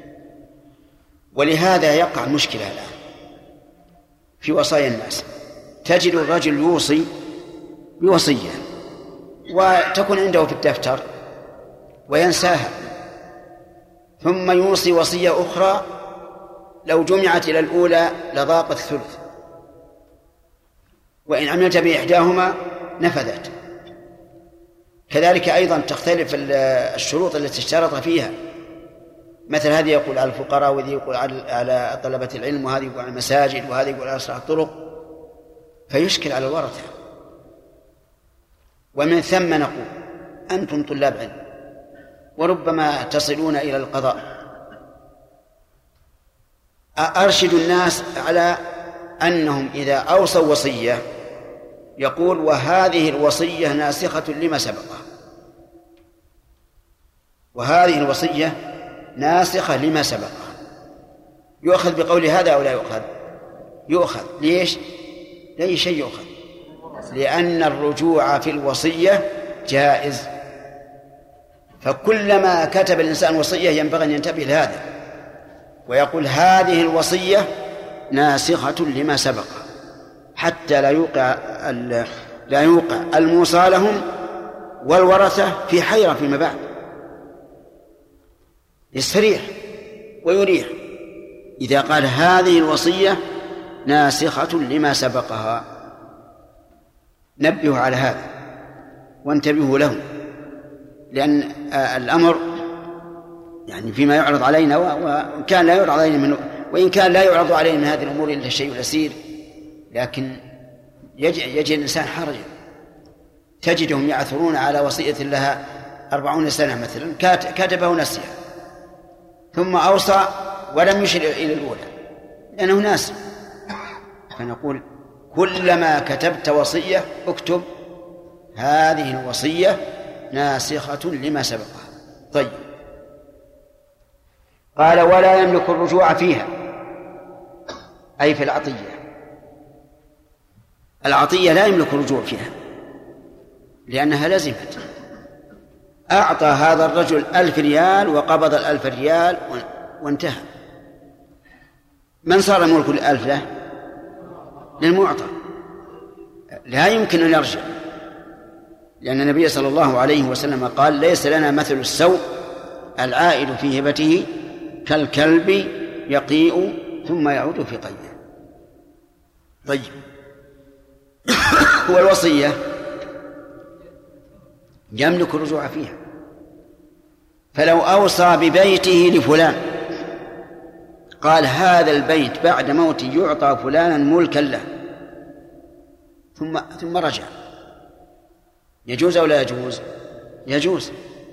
ولهذا يقع مشكلة الآن في وصايا الناس. تجد الرجل يوصي بوصية وتكون عنده في الدفتر وينساها، ثم يوصي وصية أخرى لو جمعت إلى الأولى لضاق الثلث، وإن عملت بإحداهما نفذت. كذلك أيضا تختلف الشروط التي اشترط فيها، مثل هذه يقول على الفقراء، وهذه يقول على طلبة العلم، وهذه يقول على المساجد، وهذه يقول على أسرع الطرق، فيشكل على الورثة. ومن ثم نقول أنتم طلاب علم وربما تصلون إلى القضاء، أرشد الناس على أنهم إذا أوصوا وصية يقول وهذه الوصية ناسخة لما سبقه، وهذه الوصية ناسخة لما سبقه. يؤخذ بقول هذا أو لا يؤخذ؟ يؤخذ. ليش؟ لأي شيء يؤخذ، لأن الرجوع في الوصية جائز. فكلما كتب الإنسان وصية ينبغي أن ينتبه لهذا ويقول هذه الوصية ناسخة لما سبق، حتى لا يوقع لا يوقع الموصى لهم والورثة في حيرة فيما بعد، يستريح ويريح إذا قال هذه الوصية ناسخة لما سبقها. نبهوا على هذا وانتبهوا له، لأن الأمر يعني فيما يعرض علينا، وإن كان لا يعرض علينا من وإن كان لا يعرض علينا من هذه الأمور إلا الشيء اليسير، لكن يجد الإنسان حرجا. تجدهم يعثرون على وصية لها أربعون سنة مثلا كتبه ونسيها، ثم أوصى ولم يشر إلى الأولى لأنه ناس. فنقول كلما كتبت وصية اكتب هذه الوصية ناسخة لما سبقها. طيب، قال ولا يملك الرجوع فيها، أي في العطية. العطية لا يملك الرجوع فيها لأنها لزمت. أعطى هذا الرجل ألف ريال وقبض الألف ريال وانتهى. من صار ملك الألف له؟ للمعطى، لا يمكن أن يرجع، لأن النبي صلى الله عليه وسلم قال ليس لنا مثل السوء العائد في هبته كالكلب يقيء ثم يعود في قيء. طيب، والوصية يملك الرجوع فيها، فلو أوصى ببيته لفلان قال هذا البيت بعد موتي يعطى فلانا ملكا له، ثم ثم رجع، يجوز أو لا يجوز؟ يجوز،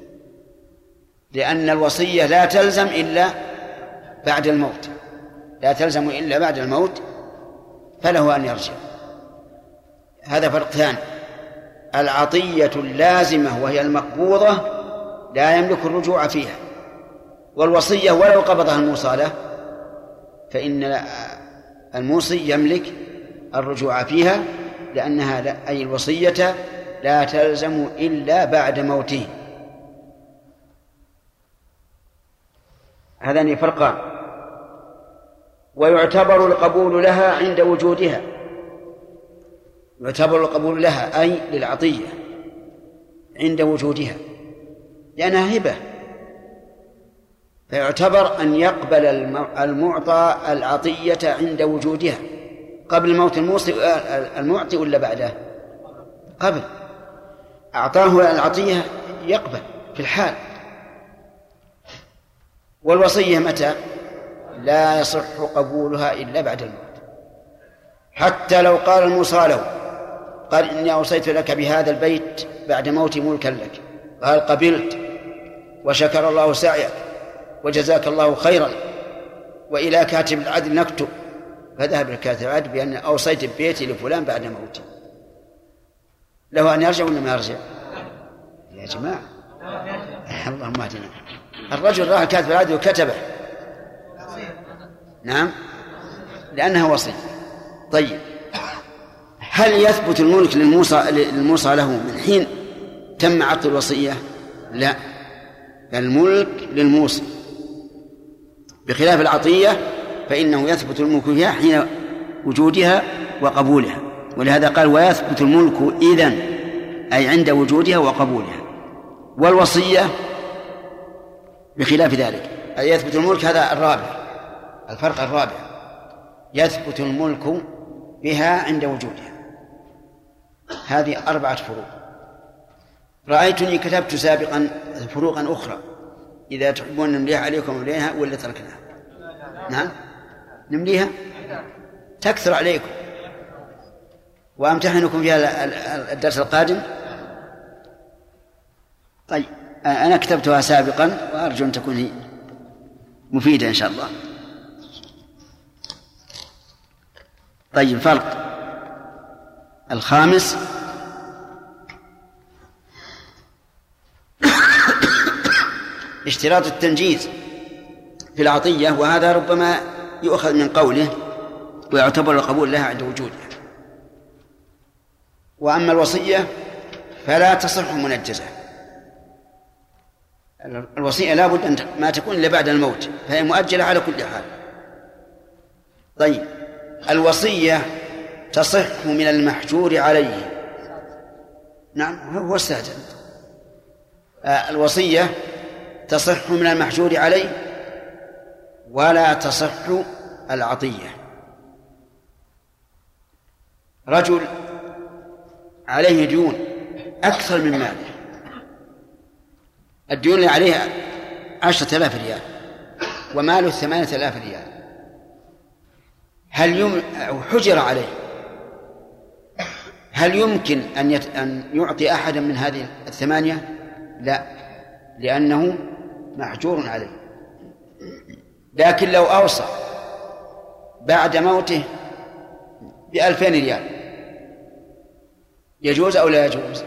لأن الوصية لا تلزم إلا بعد الموت، لا تلزم إلا بعد الموت، فله أن يرجع. هذا فرق ثاني. العطية اللازمة وهي المقبوضة لا يملك الرجوع فيها، والوصية ولو قبضها الموصى له فإن الموصي يملك الرجوع فيها، لأنها لا أي الوصية لا تلزم إلا بعد موته. هذان فرقان. ويعتبر القبول لها عند وجودها، يعتبر القبول لها أي للعطية عند وجودها لأنها هبة، فيعتبر أن يقبل المعطى العطية عند وجودها قبل موت المعطي ولا بعده؟ قبل. أعطاه العطية يقبل في الحال. والوصية متى؟ لا يصح قبولها إلا بعد الموت. حتى لو قال الموصى له قال إني أوصيت لك بهذا البيت بعد موتي ملكا لك، قال قبلت وشكر الله سعيك وجزاك الله خيرا وإلى كاتب العدل نكتب، فذهب الكاتب العدل بأن أوصيت ببيتي لفلان بعد موتي، له أن يرجع ولا ما يرجع؟ يا جماعة اللهم اهدنا. الرجل راح كاتب العقد وكتبه، نعم، لأنها وصية. طيب، هل يثبت الملك للموصى للموصى له من حين تم عقد الوصية؟ لا، الملك للموصى، بخلاف العطية فإنه يثبت الملك فيها حين وجودها وقبولها، ولهذا قال ويثبت الملك إذن، أي عند وجودها وقبولها. والوصية بخلاف ذلك، يثبت الملك، هذا الرابع، الفرق الرابع، يثبت الملك بها عند وجودها. هذه أربعة فروق. رأيتني كتبت سابقا فروقا أخرى، إذا تحبون نمليها عليكم نمليها ولا تركناها؟ نعم نمليها، تكثر عليكم وأمتحنكم فيها الدرس القادم. طيب، أنا كتبتها سابقا وأرجو أن تكون هي مفيدة إن شاء الله. طيب، فرق الخامس اشتراط التنجيز في العطية، وهذا ربما يؤخذ من قوله ويعتبر القبول لها عند وجودها. وأما الوصية فلا تصح منجزة، الوصية لا بد أن ما تكون إلا بعد الموت، فهي مؤجلة على كل حال. طيب، الوصية تصح من المحجور عليه، نعم هو السادس. الوصية تصح من المحجور عليه ولا تصح العطية. رجل عليه ديون أكثر من ماله، الديون اللي عليه عشرة آلاف ريال وماله ثمانية آلاف ريال، هل يم... أو حجر عليه، هل يمكن أن, يت... أن يعطي أحدا من هذه الثمانية؟ لا، لأنه محجور عليه. لكن لو أوصى بعد موته بألفين ريال يجوز أو لا يجوز؟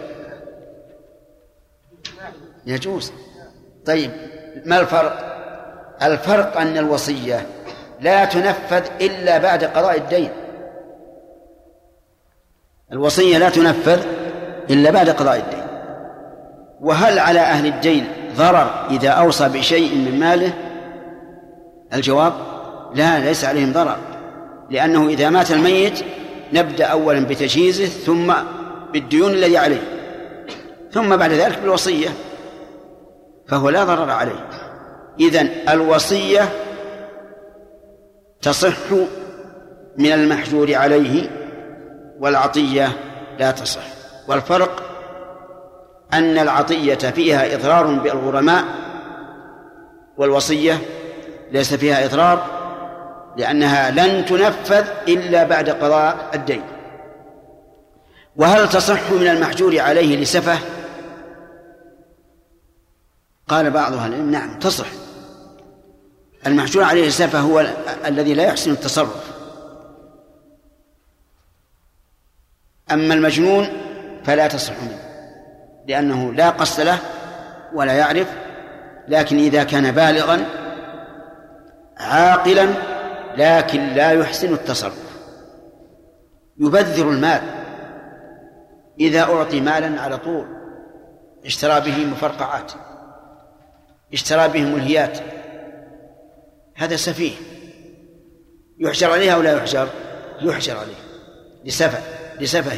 يجوز. طيب، ما الفرق؟ الفرق أن الوصية لا تنفذ إلا بعد قضاء الدين، الوصية لا تنفذ إلا بعد قضاء الدين. وهل على أهل الدين ضرر إذا أوصى بشيء من ماله؟ الجواب لا، ليس عليهم ضرر، لأنه إذا مات الميت نبدأ أولا بتجهيزه ثم بالديون الذي عليه ثم بعد ذلك بالوصية، فهو لا ضرر عليه. إذن الوصية تصح من المحجور عليه والعطية لا تصح. والفرق أن العطية فيها إضرار بالغرماء والوصية ليس فيها إضرار، لأنها لن تنفذ إلا بعد قضاء الدين. وهل تصح من المحجور عليه لسفه؟ قال بعضها نعم تصح. المحجور عليه لسفه هو ال- الذي لا يحسن التصرف، أما المجنون فلا تصح منه، لأنه لا قصد له ولا يعرف. لكن إذا كان بالغا عاقلا لكن لا يحسن التصرف، يبذر المال، إذا أعطي مالا على طول اشترى به مفرقعات، اشترى به ملهيات، هذا سفيه، يحجر عليه أو لا يحجر؟ يحجر عليه لسفه لسفهه.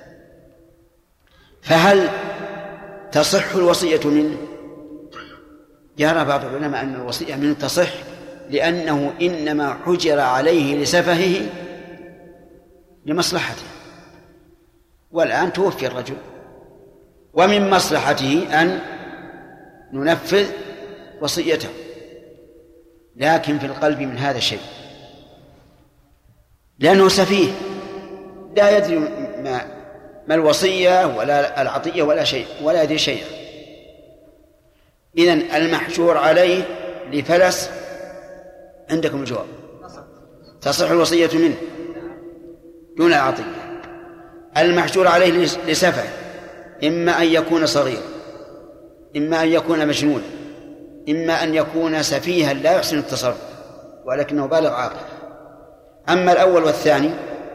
فهل تصح الوصية منه؟ يرى بعض العلماء أن الوصية منه تصح، لأنه إنما حجر عليه لسفهه لمصلحته، والآن توفي الرجل ومن مصلحته أن ننفذ وصيته، لكن في القلب من هذا الشيء، لأنه سفيه لا يدري ما, ما الوصية ولا العطية ولا شيء، ولا يدري شيئا. إذن المحجور عليه لفلس عندكم الجواب، تصح الوصية منه دون العطية. المحجور عليه لسفه إما أن يكون صغير، إما أن يكون مجنون، إما أن يكون سفيها لا يحسن التصرف ولكنه بالغ عاقل. أما الأول والثاني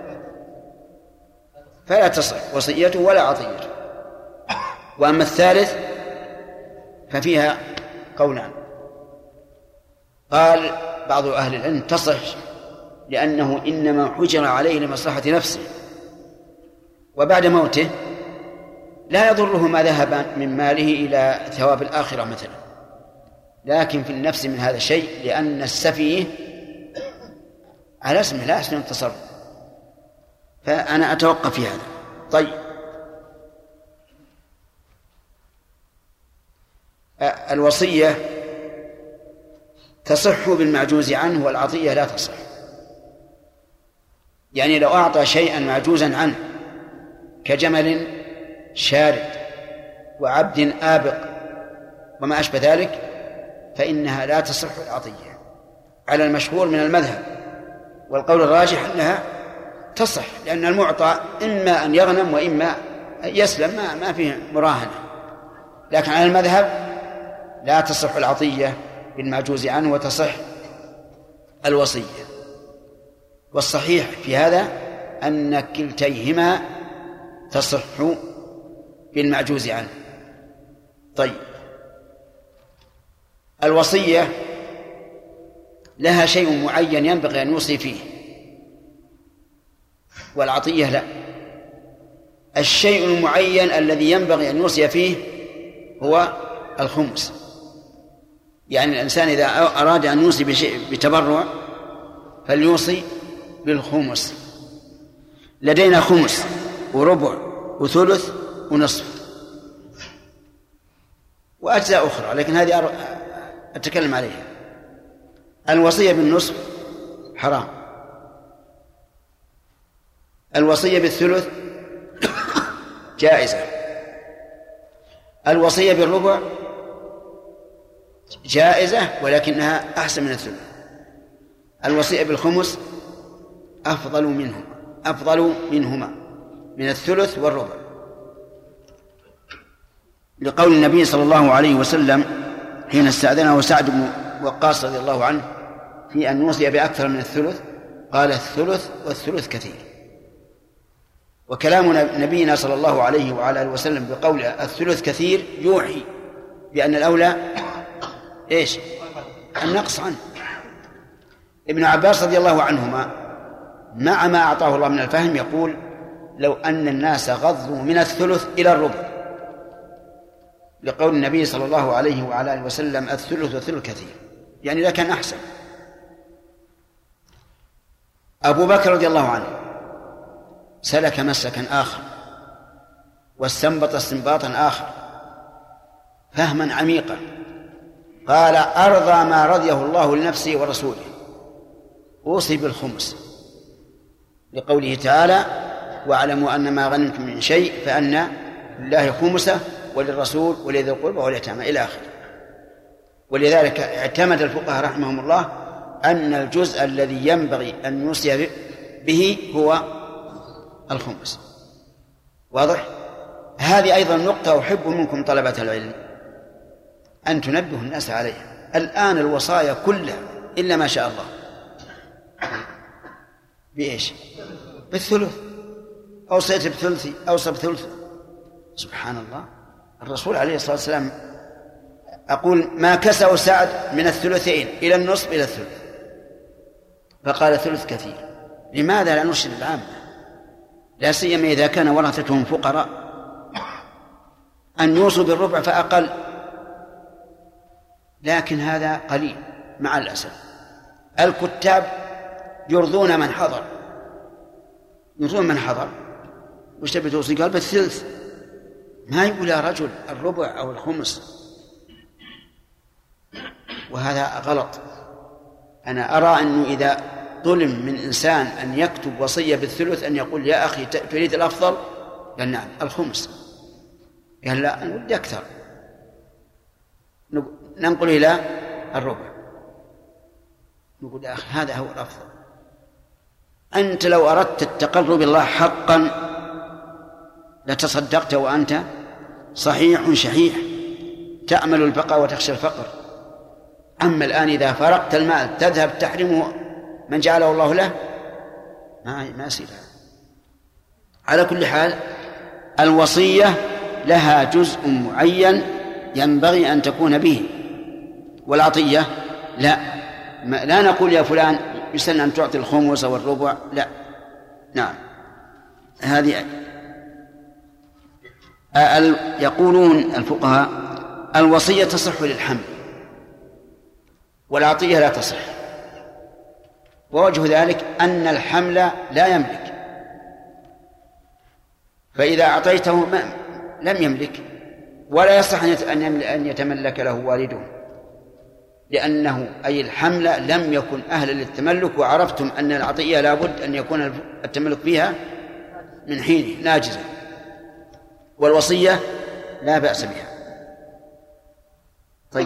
فلا تصح وصيته ولا عطيته. وأما الثالث ففيها قولان. قال بعض أهل العلم تصح لأنه إنما حجر عليه لمصلحة نفسه، وبعد موته لا يضره ما ذهب من ماله إلى ثواب الآخرة مثلا، لكن في النفس من هذا الشيء لأن السفيه على اسمه لا يحسن التصرف، فأنا أتوقف في هذا. طيب، الوصية تصح بالمعجوز عنه والعطية لا تصح. يعني لو أعطى شيئا معجوزا عنه كجمل شارد وعبد آبق وما أشبه ذلك فإنها لا تصح العطية على المشهور من المذهب، والقول الراجح أنها تصح لأن المعطى إما أن يغنم وإما يسلم، ما, ما فيه مراهنة. لكن على المذهب لا تصح العطية بالمعجوز عنه وتصح الوصية. والصحيح في هذا أن كلتيهما تصح بالمعجوز عنه. طيب، الوصية لها شيء معين ينبغي أن يوصي فيه، والعطية لا. الشيء المعين الذي ينبغي أن يوصي فيه هو الخمس. يعني الإنسان إذا أراد أن يوصي بشيء بتبرع فليوصي بالخمس. لدينا خمس وربع وثلث ونصف وأجزاء أخرى، لكن هذه أتكلم عليها. الوصية بالنصف حرام، الوصية بالثلث جائزة، الوصية بالربع جائزة ولكنها أحسن من الثلث، الوصية بالخمس أفضل منهما أفضل منهما من الثلث والربع، لقول النبي صلى الله عليه وسلم حين استأذنه سعد بن وقاص رضي الله عنه في أن يوصي بأكثر من الثلث قال الثلث والثلث كثير. وكلام نبينا صلى الله عليه وعلى آله وسلم بقول الثلث كثير يوحي بأن الأولى إيش؟ النقص عنه. ابن عباس رضي الله عنهما مع ما أعطاه الله من الفهم يقول لو أن الناس غضوا من الثلث إلى الربع، لقول النبي صلى الله عليه وعلى آله وسلم الثلث والثلث كثير، يعني لا كان أحسن. أبو بكر رضي الله عنه سلك مسلكا آخر واستنبط استنباطا آخر فهما عميقا، قال أرضى ما رضيه الله لنفسه ورسوله، أوصي بالخمس، لقوله تعالى واعلموا أن ما غنمتم من شيء فأن لله خمسه وللرسول ولذي القربى واليتامى إلى آخره. ولذلك اعتمد الفقهاء رحمهم الله أن الجزء الذي ينبغي أن يوصي به هو الخمس. واضح؟ هذه أيضا نقطة أحب منكم طلبة العلم أن تنبهوا الناس عليها. الآن الوصايا كلها إلا ما شاء الله بإيش؟ بالثلث، أوصيت بثلثي أوصى بثلث. سبحان الله، الرسول عليه الصلاة والسلام أقول ما كسوا سعد من الثلثين إلى النصف إلى الثلث، فقال ثلث كثير. لماذا لا نرشد العامة؟ لا سيما إذا كان ورثتهم فقراء أن يوصوا بالربع فأقل، لكن هذا قليل مع الأسف. الكتاب يرضون من حضر يرضون من حضر وش تبي توصي؟ قال بالثلث، ما يقول يا رجل الربع أو الخمس، وهذا غلط. أنا أرى أنه إذا ظلم من إنسان أن يكتب وصية بالثلث أن يقول يا أخي تريد الأفضل؟ قال نعم الخمس. قال لا أنا ودي أكثر، ننقل إلى الربع. نقول يا أخي هذا هو الأفضل. أنت لو أردت التقرب بالله حقا لتصدقت وأنت صحيح شحيح تأمل البقاء وتخشى الفقر. أما الآن إذا فرقت المال تذهب تحرمه من جعله الله له ما ما يصير. على كل حال الوصية لها جزء معين ينبغي أن تكون به، والعطية لا ما لا نقول يا فلان يسن أن تعطي الخمس أو الربع، لا. نعم. هذه يقولون الفقهاء الوصية تصح للحمل والعطية لا تصح، ووجه ذلك أن الحمل لا يملك، فإذا أعطيته لم يملك ولا يصح أن يتملك له والده، لأنه أي الحمل لم يكن أهلا للتملك، وعرفتم أن العطية لا بد أن يكون التملك بها من حين ناجزة، والوصية لا بأس بها. طيب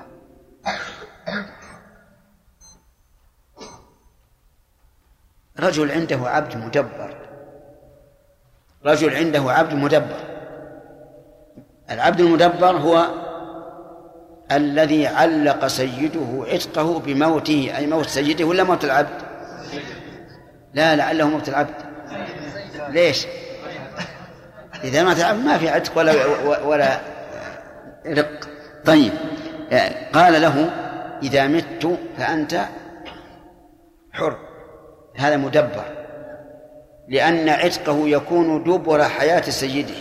رجل عنده عبد مدبر، رجل عنده عبد مدبر. العبد المدبر هو الذي علق سيده عتقه بموته، أي موت سيده ولا موت العبد؟ لا، لعله موت العبد. ليش؟ إذا مات العبد ما في عتق ولا ولا رق. طيب قال له إذا مت فأنت حر، هذا مدبر، لأن عتقه يكون دبر حياة سيده.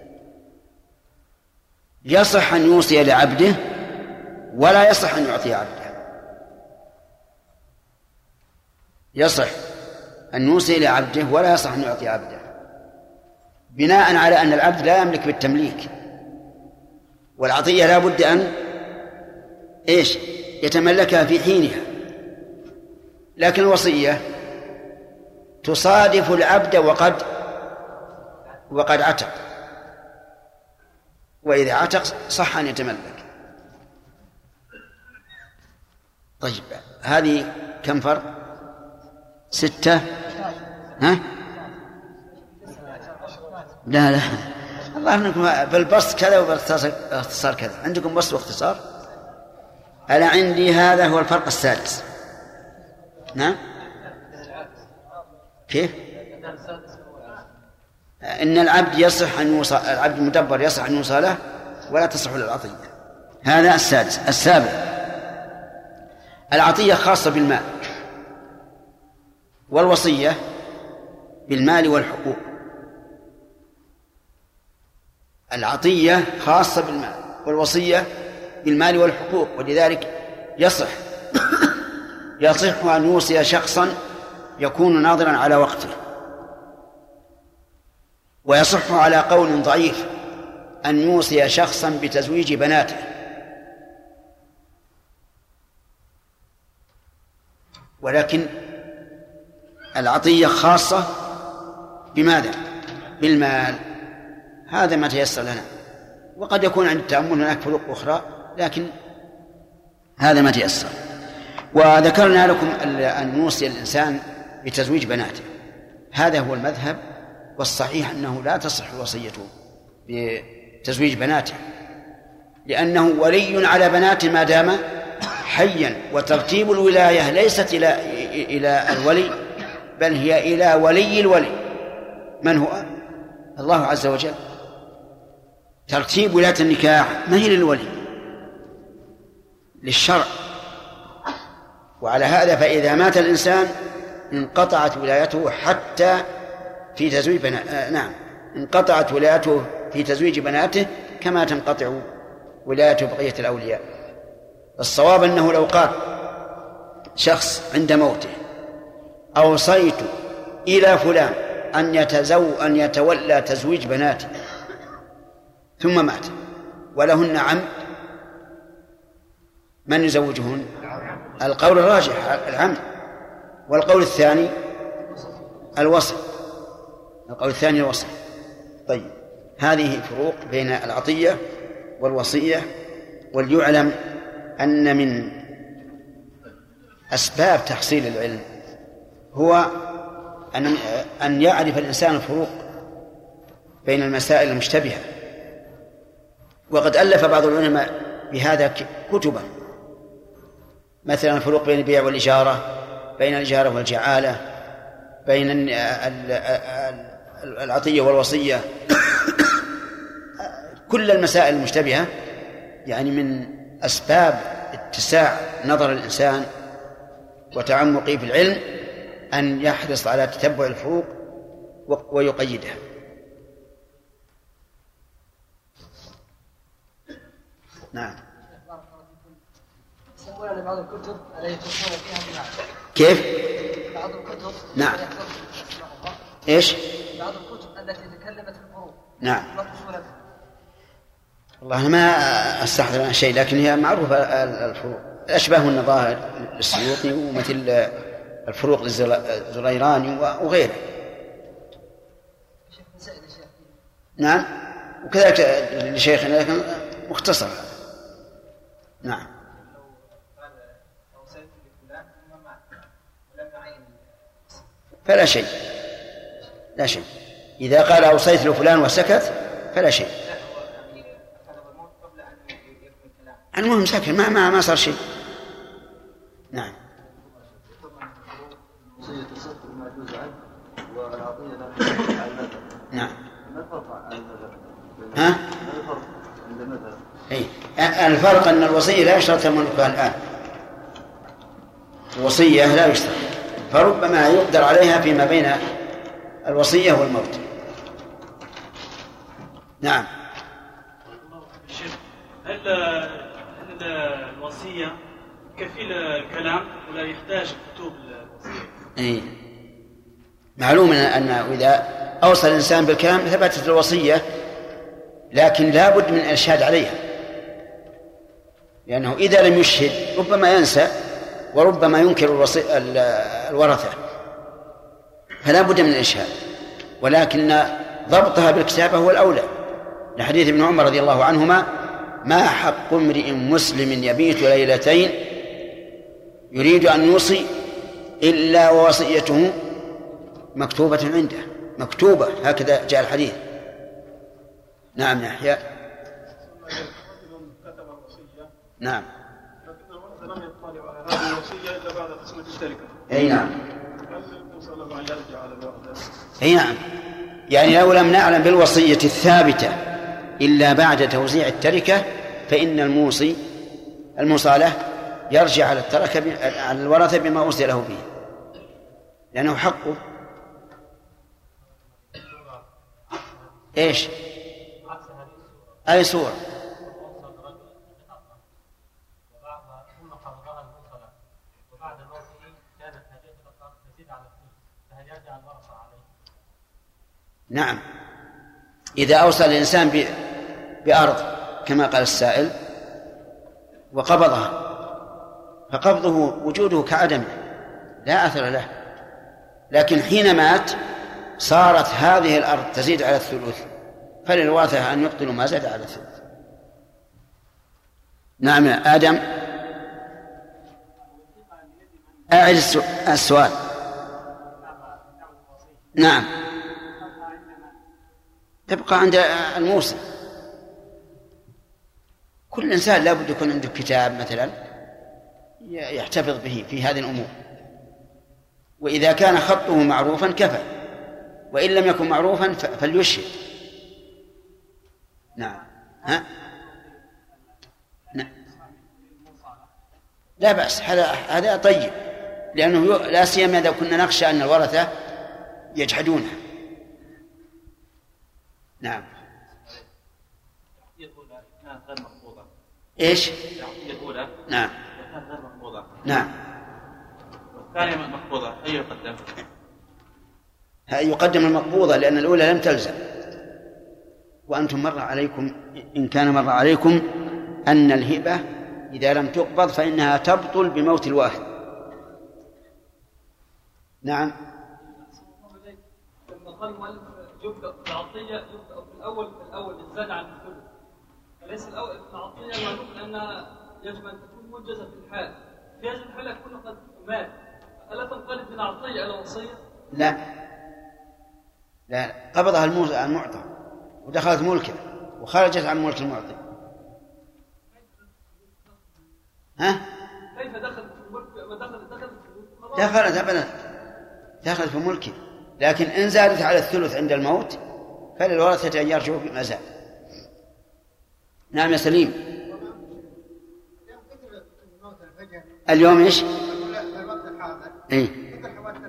يصح أن يوصي لعبده ولا يصح أن يعطي عبده. يصح أن يوصي لعبده ولا يصح أن يعطي عبده، بناء على أن العبد لا يملك بالتمليك، والعطية لا بد أن إيش يتملكها في حينها. لكن الوصية تصادف العبد وقد وقد عتق، وإذا عتق صح أن يتملك. طيب هذه كم فرق؟ ستة. ها؟ لا لا الله أنكم بالبسط كذا وباختصار كذا، عندكم بسط واختصار. ألا عندي هذا هو الفرق السادس. نعم كيف؟ إن العبد يصح أن يوصى، العبد المدبر يصح أن يوصى له ولا تصح للعطية. هذا السادس. السابع العطية خاصة بالمال، والوصية بالمال والحقوق. العطية خاصة بالمال والوصية بالمال والحقوق، ولذلك يصح يصح أن يوصي شخصا يكون ناظرا على وقته، ويصح على قول ضعيف أن يوصي شخصا بتزويج بناته. ولكن العطية خاصة بماذا؟ بالمال. هذا ما تيسر لنا، وقد يكون عند التأمل هناك فروق أخرى، لكن هذا ما تيسر. وذكرنا لكم أن يوصي الإنسان بتزويج بناته، هذا هو المذهب، والصحيح أنه لا تصح وصيته بتزويج بناته، لأنه ولي على بناته ما دام حيا، وترتيب الولاية ليست إلى إلى الولي بل هي إلى ولي الولي. من هو؟ الله عز وجل. ترتيب ولاية النكاح ما هي للولي، للشرع. وعلى هذا فإذا مات الإنسان انقطعت ولايته حتى في تزويج بناته. آه نعم انقطعت ولايته في تزويج بناته كما تنقطع ولاية بقية الأولياء. الصواب أنه لو قال شخص عند موته أوصيت إلى فلان أن يتزو أن يتولى تزويج بناته ثم مات ولهن عمد، من يزوجهن؟ القول الراجح العمد، والقول الثاني الوصي، القول الثاني الوصي. طيب هذه فروق بين العطية والوصية. وليعلم أن من أسباب تحصيل العلم هو أن أن يعرف الإنسان الفروق بين المسائل المشتبهة، وقد ألف بعض العلماء بهذا كتبا، مثلا الفروق بين البيع والإجارة، بين الإجارة والجعالة، بين العطية والوصية، كل المسائل المشتبهة، يعني من أسباب اتساع نظر الإنسان وتعمقه في العلم أن يحرص على تتبع الفروق ويقيدها. نعم. يسمون بعض الكتب التي يكتبون فيها بناء. كيف؟ بعض الكتب. نعم. ايش؟ بعض الكتب التي تكلمت في الفروق. نعم. والله أنا ما أستحضر عن شيء، لكن هي معروفة الفروق، أشباه النظائر للسيوطي ومثل الفروق للزريراني وغيره. نعم. وكذلك لشيخنا لكن مختصر. نعم. فلا شيء، لا شيء. إذا قال أوصيت لفلان وسكت فلا شيء. المهم سكت، ما ما ما صار شيء. نعم. نعم. ها؟ أي الفرق أن الوصية لا يشترط ملكها الآن، الوصية لا يشترط، فربما يقدر عليها فيما بين الوصية والموت. نعم. هل هل الوصية كفيل الكلام ولا يحتاج كتب الوصية؟ أي معلوم أن إذا أوصى الإنسان بالكلام ثبتت الوصية، لكن لا بد من الإرشاد عليها، لأنه إذا لم يشهد ربما ينسى وربما ينكر الورثة، فلا بد من الإرشاد، ولكن ضبطها بالكتابة هو الأولى، لحديث ابن عمر رضي الله عنهما: ما حق امرئ مسلم يبيت ليلتين يريد أن يوصي إلا ووصيته مكتوبة عنده، مكتوبة، هكذا جاء الحديث. نعم يحيى. نعم. لكن لم يطلع على هذه الوصية إلا بعد قسمة التركة. أي نعم. هل المصلى أن يرجع على الورثة؟ أي نعم، يعني لو لم نعلم بالوصية الثابتة إلا بعد توزيع التركة فإن الموصي الموصى له يرجع على التركة على الورثة بما أوصي له به، لأنه حقه. إيش؟ أي سورة؟ نعم، إذا أوصى الإنسان بأرض كما قال السائل وقبضها، فقبضه وجوده كعدمه لا أثر له، لكن حين مات صارت هذه الأرض تزيد على الثلث، فللورثة أن يقتلوا ما زاد على الثلث. نعم يا آدم. أعد السؤال. نعم. تبقى عند الموصي. كل إنسان لا بد يكون عنده كتاب مثلا يحتفظ به في هذه الأمور، وإذا كان خطه معروفا كفى، وإن لم يكن معروفا فليشهد. نعم. ها؟ نعم. لا بأس، هذا هذا طيب، لأنه لا سيما إذا كنا نخشى أن الورثة يجحدونها. نعم. إيش؟ الأولى نعم. غير مقبوضة. نعم. والثانية مقبوضة، أي يقدم؟ يقدم المقبوضة لأن الأولى لم تلزم. وأنتم مر عليكم إن كان مر عليكم أن الهبة إذا لم تقبض فإنها تبطل بموت الواحد. نعم. لما قال المؤلف يبدأ بالعطية يبدأ بالأول بالأول الزاد عن الثلث، فليس الأول العطية معلوم أنها يجب أن تكون منجزة في الحال، في هذه الحالة يكون قد مات، ألا تنقلب من عطية إلى وصية؟ لا لا، قبضها المعطى ودخلت ملكه وخرجت عن ملك المعطي. ها؟ كيف دخلت في الملك ودخلت دخلت في الملك؟ دخلت أبدا دخلت في ملكه، لكن إن زادت على الثلث عند الموت فللورثة أن يرجعوا بما زاد. نعم يا سليم. اليوم إيش؟ إيه؟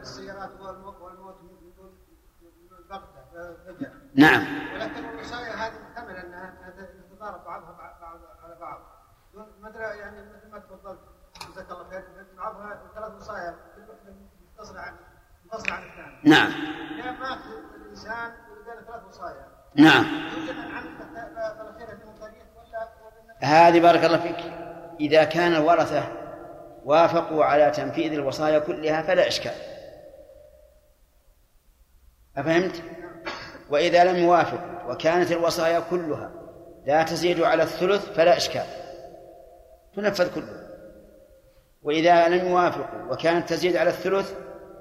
نعم. ولكن الوصايا هذه محتمل أنها تتضارب بعضها على بعض. مثل يعني مثل ما تفضلت جزاك الله خير، بعضها ثلاث وصايا متصل عن متصل عن الثاني. نعم. إذا مات الإنسان ولدينا ثلاث وصايا. نعم. يوجد من عمل بالخير فيهم طريق ولا؟ هذه بارك الله فيك، إذا كان الورثة وافقوا على تنفيذ الوصايا كلها فلا إشكال. أفهمت؟ وإذا لم يوافق وكانت الوصايا كلها لا تزيد على الثلث فلا إشكال، تنفذ كلها. وإذا لم يوافقوا وكانت تزيد على الثلث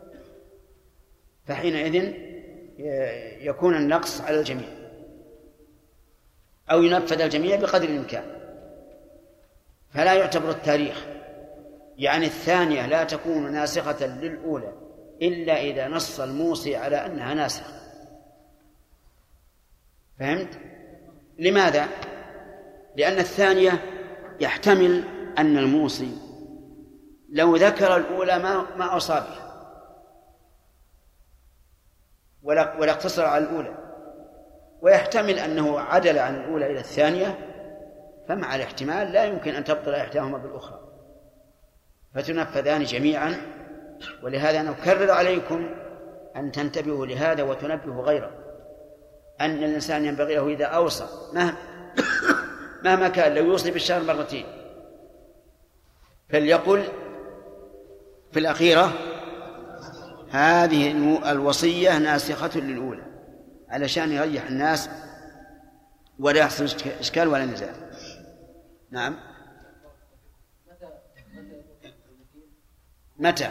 فحينئذ يكون النقص على الجميع أو ينفذ الجميع بقدر الإمكان. فلا يعتبر التاريخ، يعني الثانية لا تكون ناسخة للأولى إلا إذا نص الموصي على أنها ناسخة. فهمت؟ لماذا؟ لأن الثانية يحتمل أن الموصي لو ذكر الأولى ما ما أصابه ولا ولا اقتصر على الأولى، ويحتمل أنه عدل عن الأولى إلى الثانية، فمع الاحتمال لا يمكن أن تبطل إحداهما بالأخرى فتنفذان جميعا. ولهذا نكرر عليكم أن تنتبهوا لهذا وتنبهوا غيره، أن الإنسان ينبغي له إذا أوصى مهما كان، لو يوصي بالشهر مرتين فليقل في الأخيرة هذه الوصية ناسخة للأولى، علشان يريح الناس ولا يحصل إشكال ولا نزاع. نعم. متى؟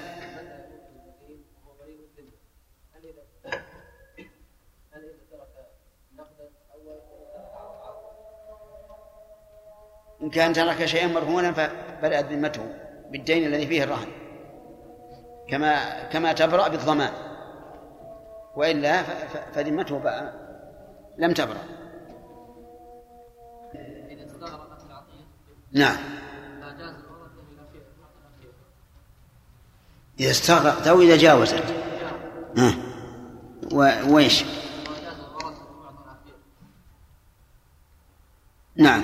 إن كان ترك شيئا مرهونا فبدأت ذمته بالدين الذي فيه الرهن، كما كما تبرأ بالضمان، وإلا فذمته بقى لم تبرأ. نعم. إذا استغرقت أو إذا جاوزت. ها. وإيش؟ نعم.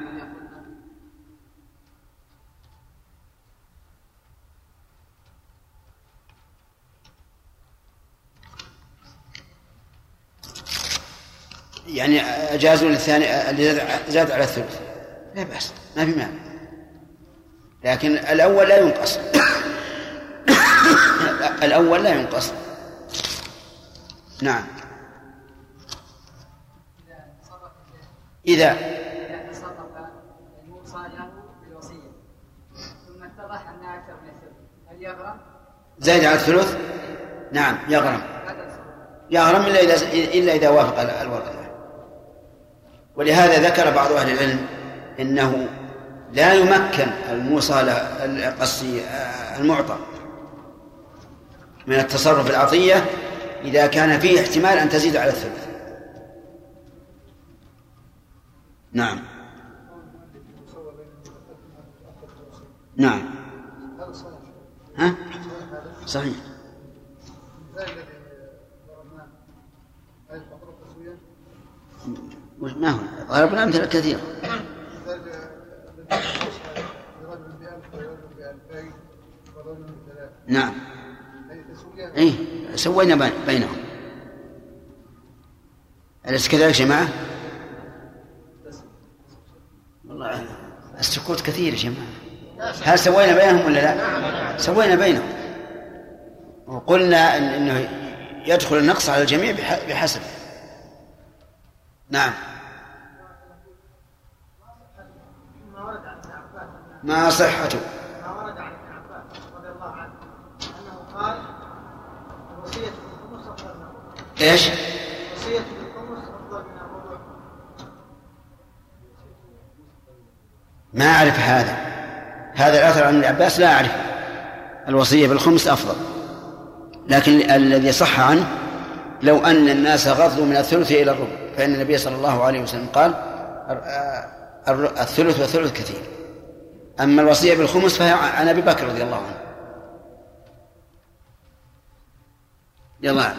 يعني أجازوا للثاني اللي زاد على الثلث لا بأس، ما في مانع، لكن الأول لا ينقص. الأول لا ينقص. نعم. إذا تصرف الموصى له بالوصية ثم اتضح أنها أكثر من الثلث هل يغرم؟ زاد على الثلث؟ نعم يغرم. يغرم إلا إذا إلا إذا وافق الورثة. ولهذا ذكر بعض أهل العلم إنه لا يمكن الموصى القصي المعطى من التصرف العطية إذا كان فيه احتمال أن تزيد على الثلث. نعم. نعم. ها؟ صحيح. ما هو ضربنا أمثلة كثيرة. نعم. إيه سوينا بينهم. أليس كذلك جماعة؟ والله السكوت كثير يا جماعة. هل سوينا بينهم ولا لا؟ سوينا بينهم وقلنا إن إنه يدخل النقص على الجميع بحسب. نعم. ما صحته؟ ما ورد عن ابن عباس رضي الله عنه أنه قال الوصية بالخمس أفضل من الربع. إيش؟ الوصية بالخمس أفضل من الربع. ما أعرف هذا. هذا الأثر عن ابن عباس لا أعرف. الوصية بالخمس أفضل، لكن الذي صح عنه لو أن الناس غضوا من الثلث إلى الربع، فإن النبي صلى الله عليه وسلم قال الثلث والثلث كثير. أما الوصية بالخمس فهي عن أبي بكر رضي الله عنه. يلا.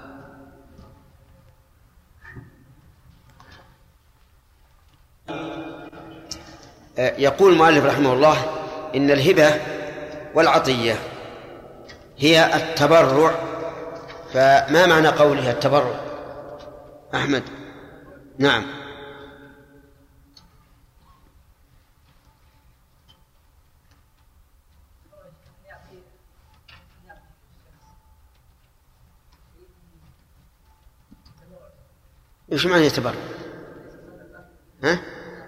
يقول المؤلف رحمه الله إن الهبة والعطية هي التبرع، فما معنى قولها التبرع؟ أحمد. نعم. إيش معنى يتبرع؟ ها؟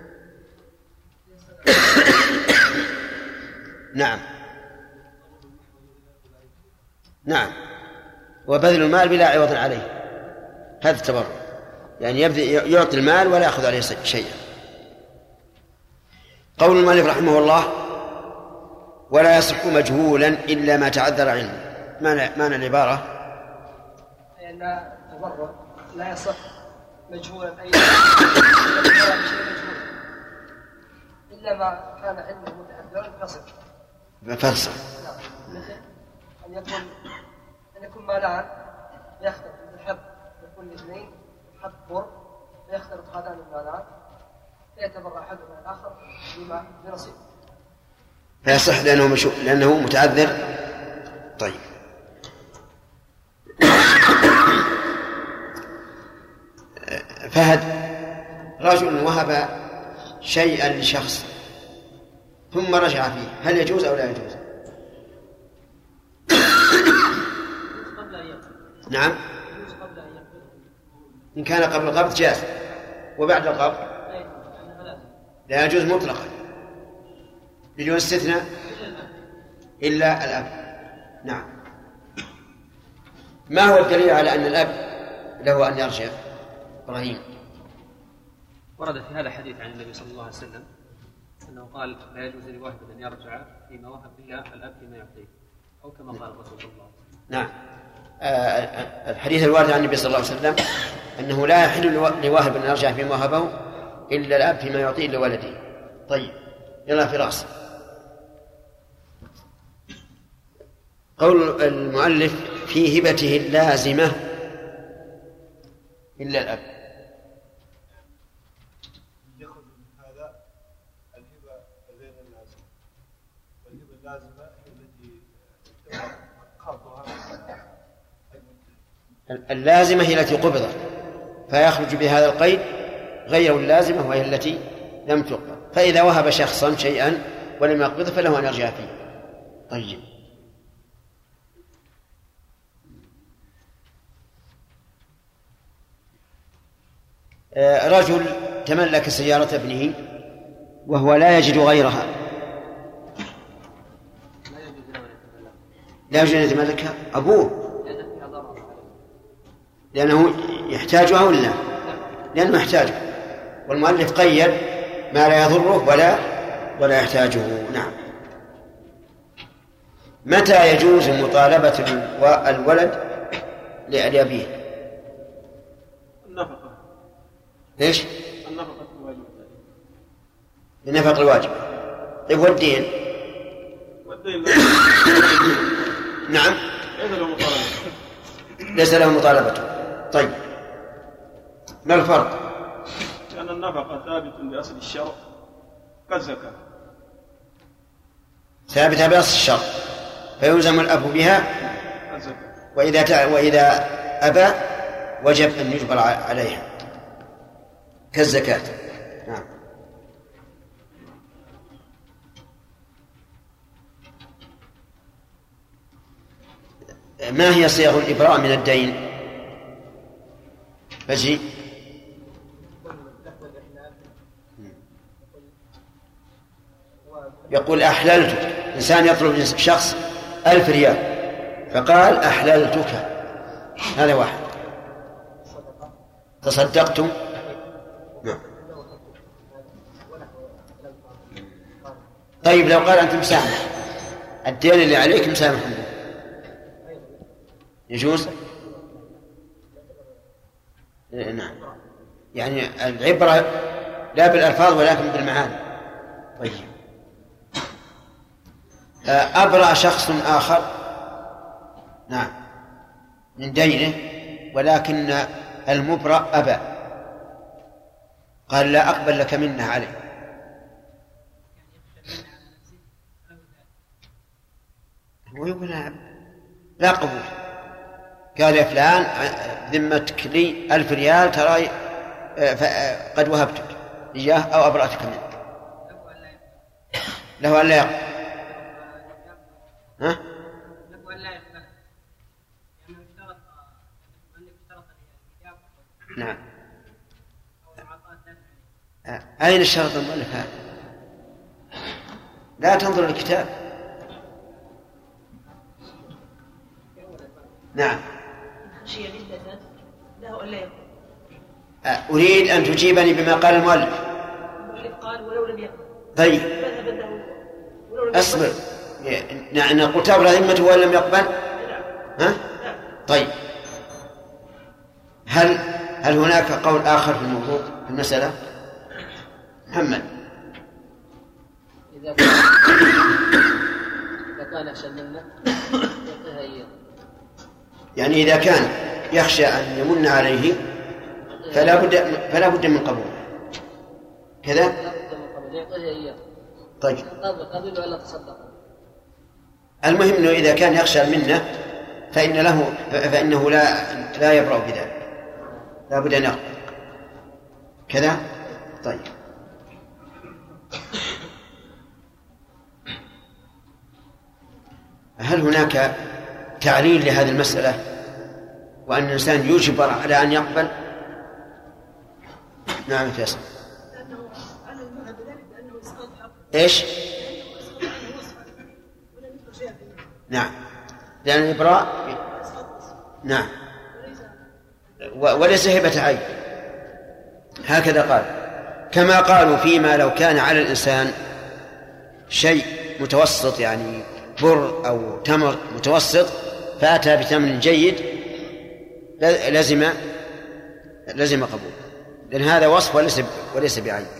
نعم نعم وبذل المال بلا عوض عليه، هذا التبرع، يعني يبدأ يعطي المال ولا يأخذ عليه شيئا. قول المؤلف رحمه الله ولا يصح مجهولا إلا ما تعذر علمه، معنى معنى العبارة أن التبرع لا يصح مجهولا أي إلا ما كان علمه متعذرا فصل فصل مثل أن يكون أن يكون مالان يختلف الحب يكون اثنين حب بر فيختلف هذان المالان فيتبرع أحدهما الآخر بما بنصيب فيصح لأنه مشو... لأنه متعذر. طيب. فهد رجل وهب شيئا لشخص ثم رجع فيه، هل يجوز أو لا يجوز؟ نعم، إن كان قبل القبض جاز، وبعد القبض لا يجوز مطلقا بدون استثناء إلا الأب. نعم. ما هو الدليل على أن الأب له أن يرجع؟ إبراهيم. ورد في هذا حديث عن النبي صلى الله عليه وسلم أنه قال لا يجوز لواحد أن يرجع فيما وهب إلا الأب فيما يعطيه، أو كما قال الرسول صلى الله عليه وسلم. نعم. آه الحديث الوارد عن النبي صلى الله عليه وسلم أنه لا يحل لواهب أن يرجع فيما وهبه إلا الأب فيما يعطيه لولده. طيب يلا فراس. قول المؤلف في هبته اللازمة إلا الأب، يأخذ من هذا الهبة غير اللازمة، والهبة اللازمة التي قبضها اللازمة هي التي قبضت، فيخرج بهذا القيد غير اللازمة وهي التي لم تقبض. فإذا وهب شخصا شيئا ولم يقبضه فله أن يرجع فيه. طيب. رجل تملك سيارة ابنه وهو لا يجد غيرها، لا يجد أن يتملكها أبوه لأنه يحتاجها ولا لأنه يحتاجها، والمؤلف قيد ما لا يضره ولا ولا يحتاجه. نعم. متى يجوز مطالبة الولد لأبيه؟ النفقة. إيش؟ النفقة الواجبة. النفقة الواجبة. طيب والدين؟ والدين نعم. ليس له مطالبة. ليس له مطالبته. طيب ما الفرق؟ لأن النفقة ثابت بأصل الشرع كالزكاة. ثابتة بأصل الشرع فيلزم الأب بها، وإذا وإذا أبى وجب أن يجبر عليها كالزكاة. نعم. ما هي صيغ الإبراء من الدين؟ فجي يقول أحللتك، إنسان يطلب من شخص ألف ريال فقال أحللتك، هذا واحد. تصدقتم. نعم. طيب لو قال أنت مسامح الدين اللي عليك مسامح منه يجوز؟ نعم، يعني العبرة لا بالألفاظ ولكن بالمعاني. طيب أبرأ شخص آخر نعم من دينه ولكن المبرأ أبى قال لا أقبل لك منه عليه، هو يقول لا قبول، قال يا فلان ذمتك لي ألف ريال ترى قد وهبتك إياه أو أبرأتك منه، له أن لا يقبل. ها؟ نعم. أين الشرط المؤلف هذا؟ لا تنظر الكتاب. نعم. أريد أن تجيبني بما قال المؤلف. طيب أصبر، نقول تبرأ ذمته وإن لم يقبل. ها؟ طيب هل هل هناك قول آخر في الموضوع في المسألة؟ محمد. إذا كان إذا كان يخشى منه يعطيها إياه. يعني إذا كان يخشى أن يمن عليه فلا بد فلا بد من قبول كذا. يعطيها إياه. طيب. قبل ولا تصدق. المهم إنه إذا كان يخشى منه فإن له فإنه لا لا يبرأ بذلك، لا بد أن يقبل كذا. طيب هل هناك تعليل لهذه المسألة وأن الإنسان يجبر على أن يقبل؟ نعم فيصل. إيش؟ نعم لأن الإبراء نعم وليس هبة عين، هكذا قال. كما قالوا فيما لو كان على الإنسان شيء متوسط يعني بر أو تمر متوسط فأتى بثمن جيد لازم لازم قبول، لأن هذا وصف وليس وليس بعين.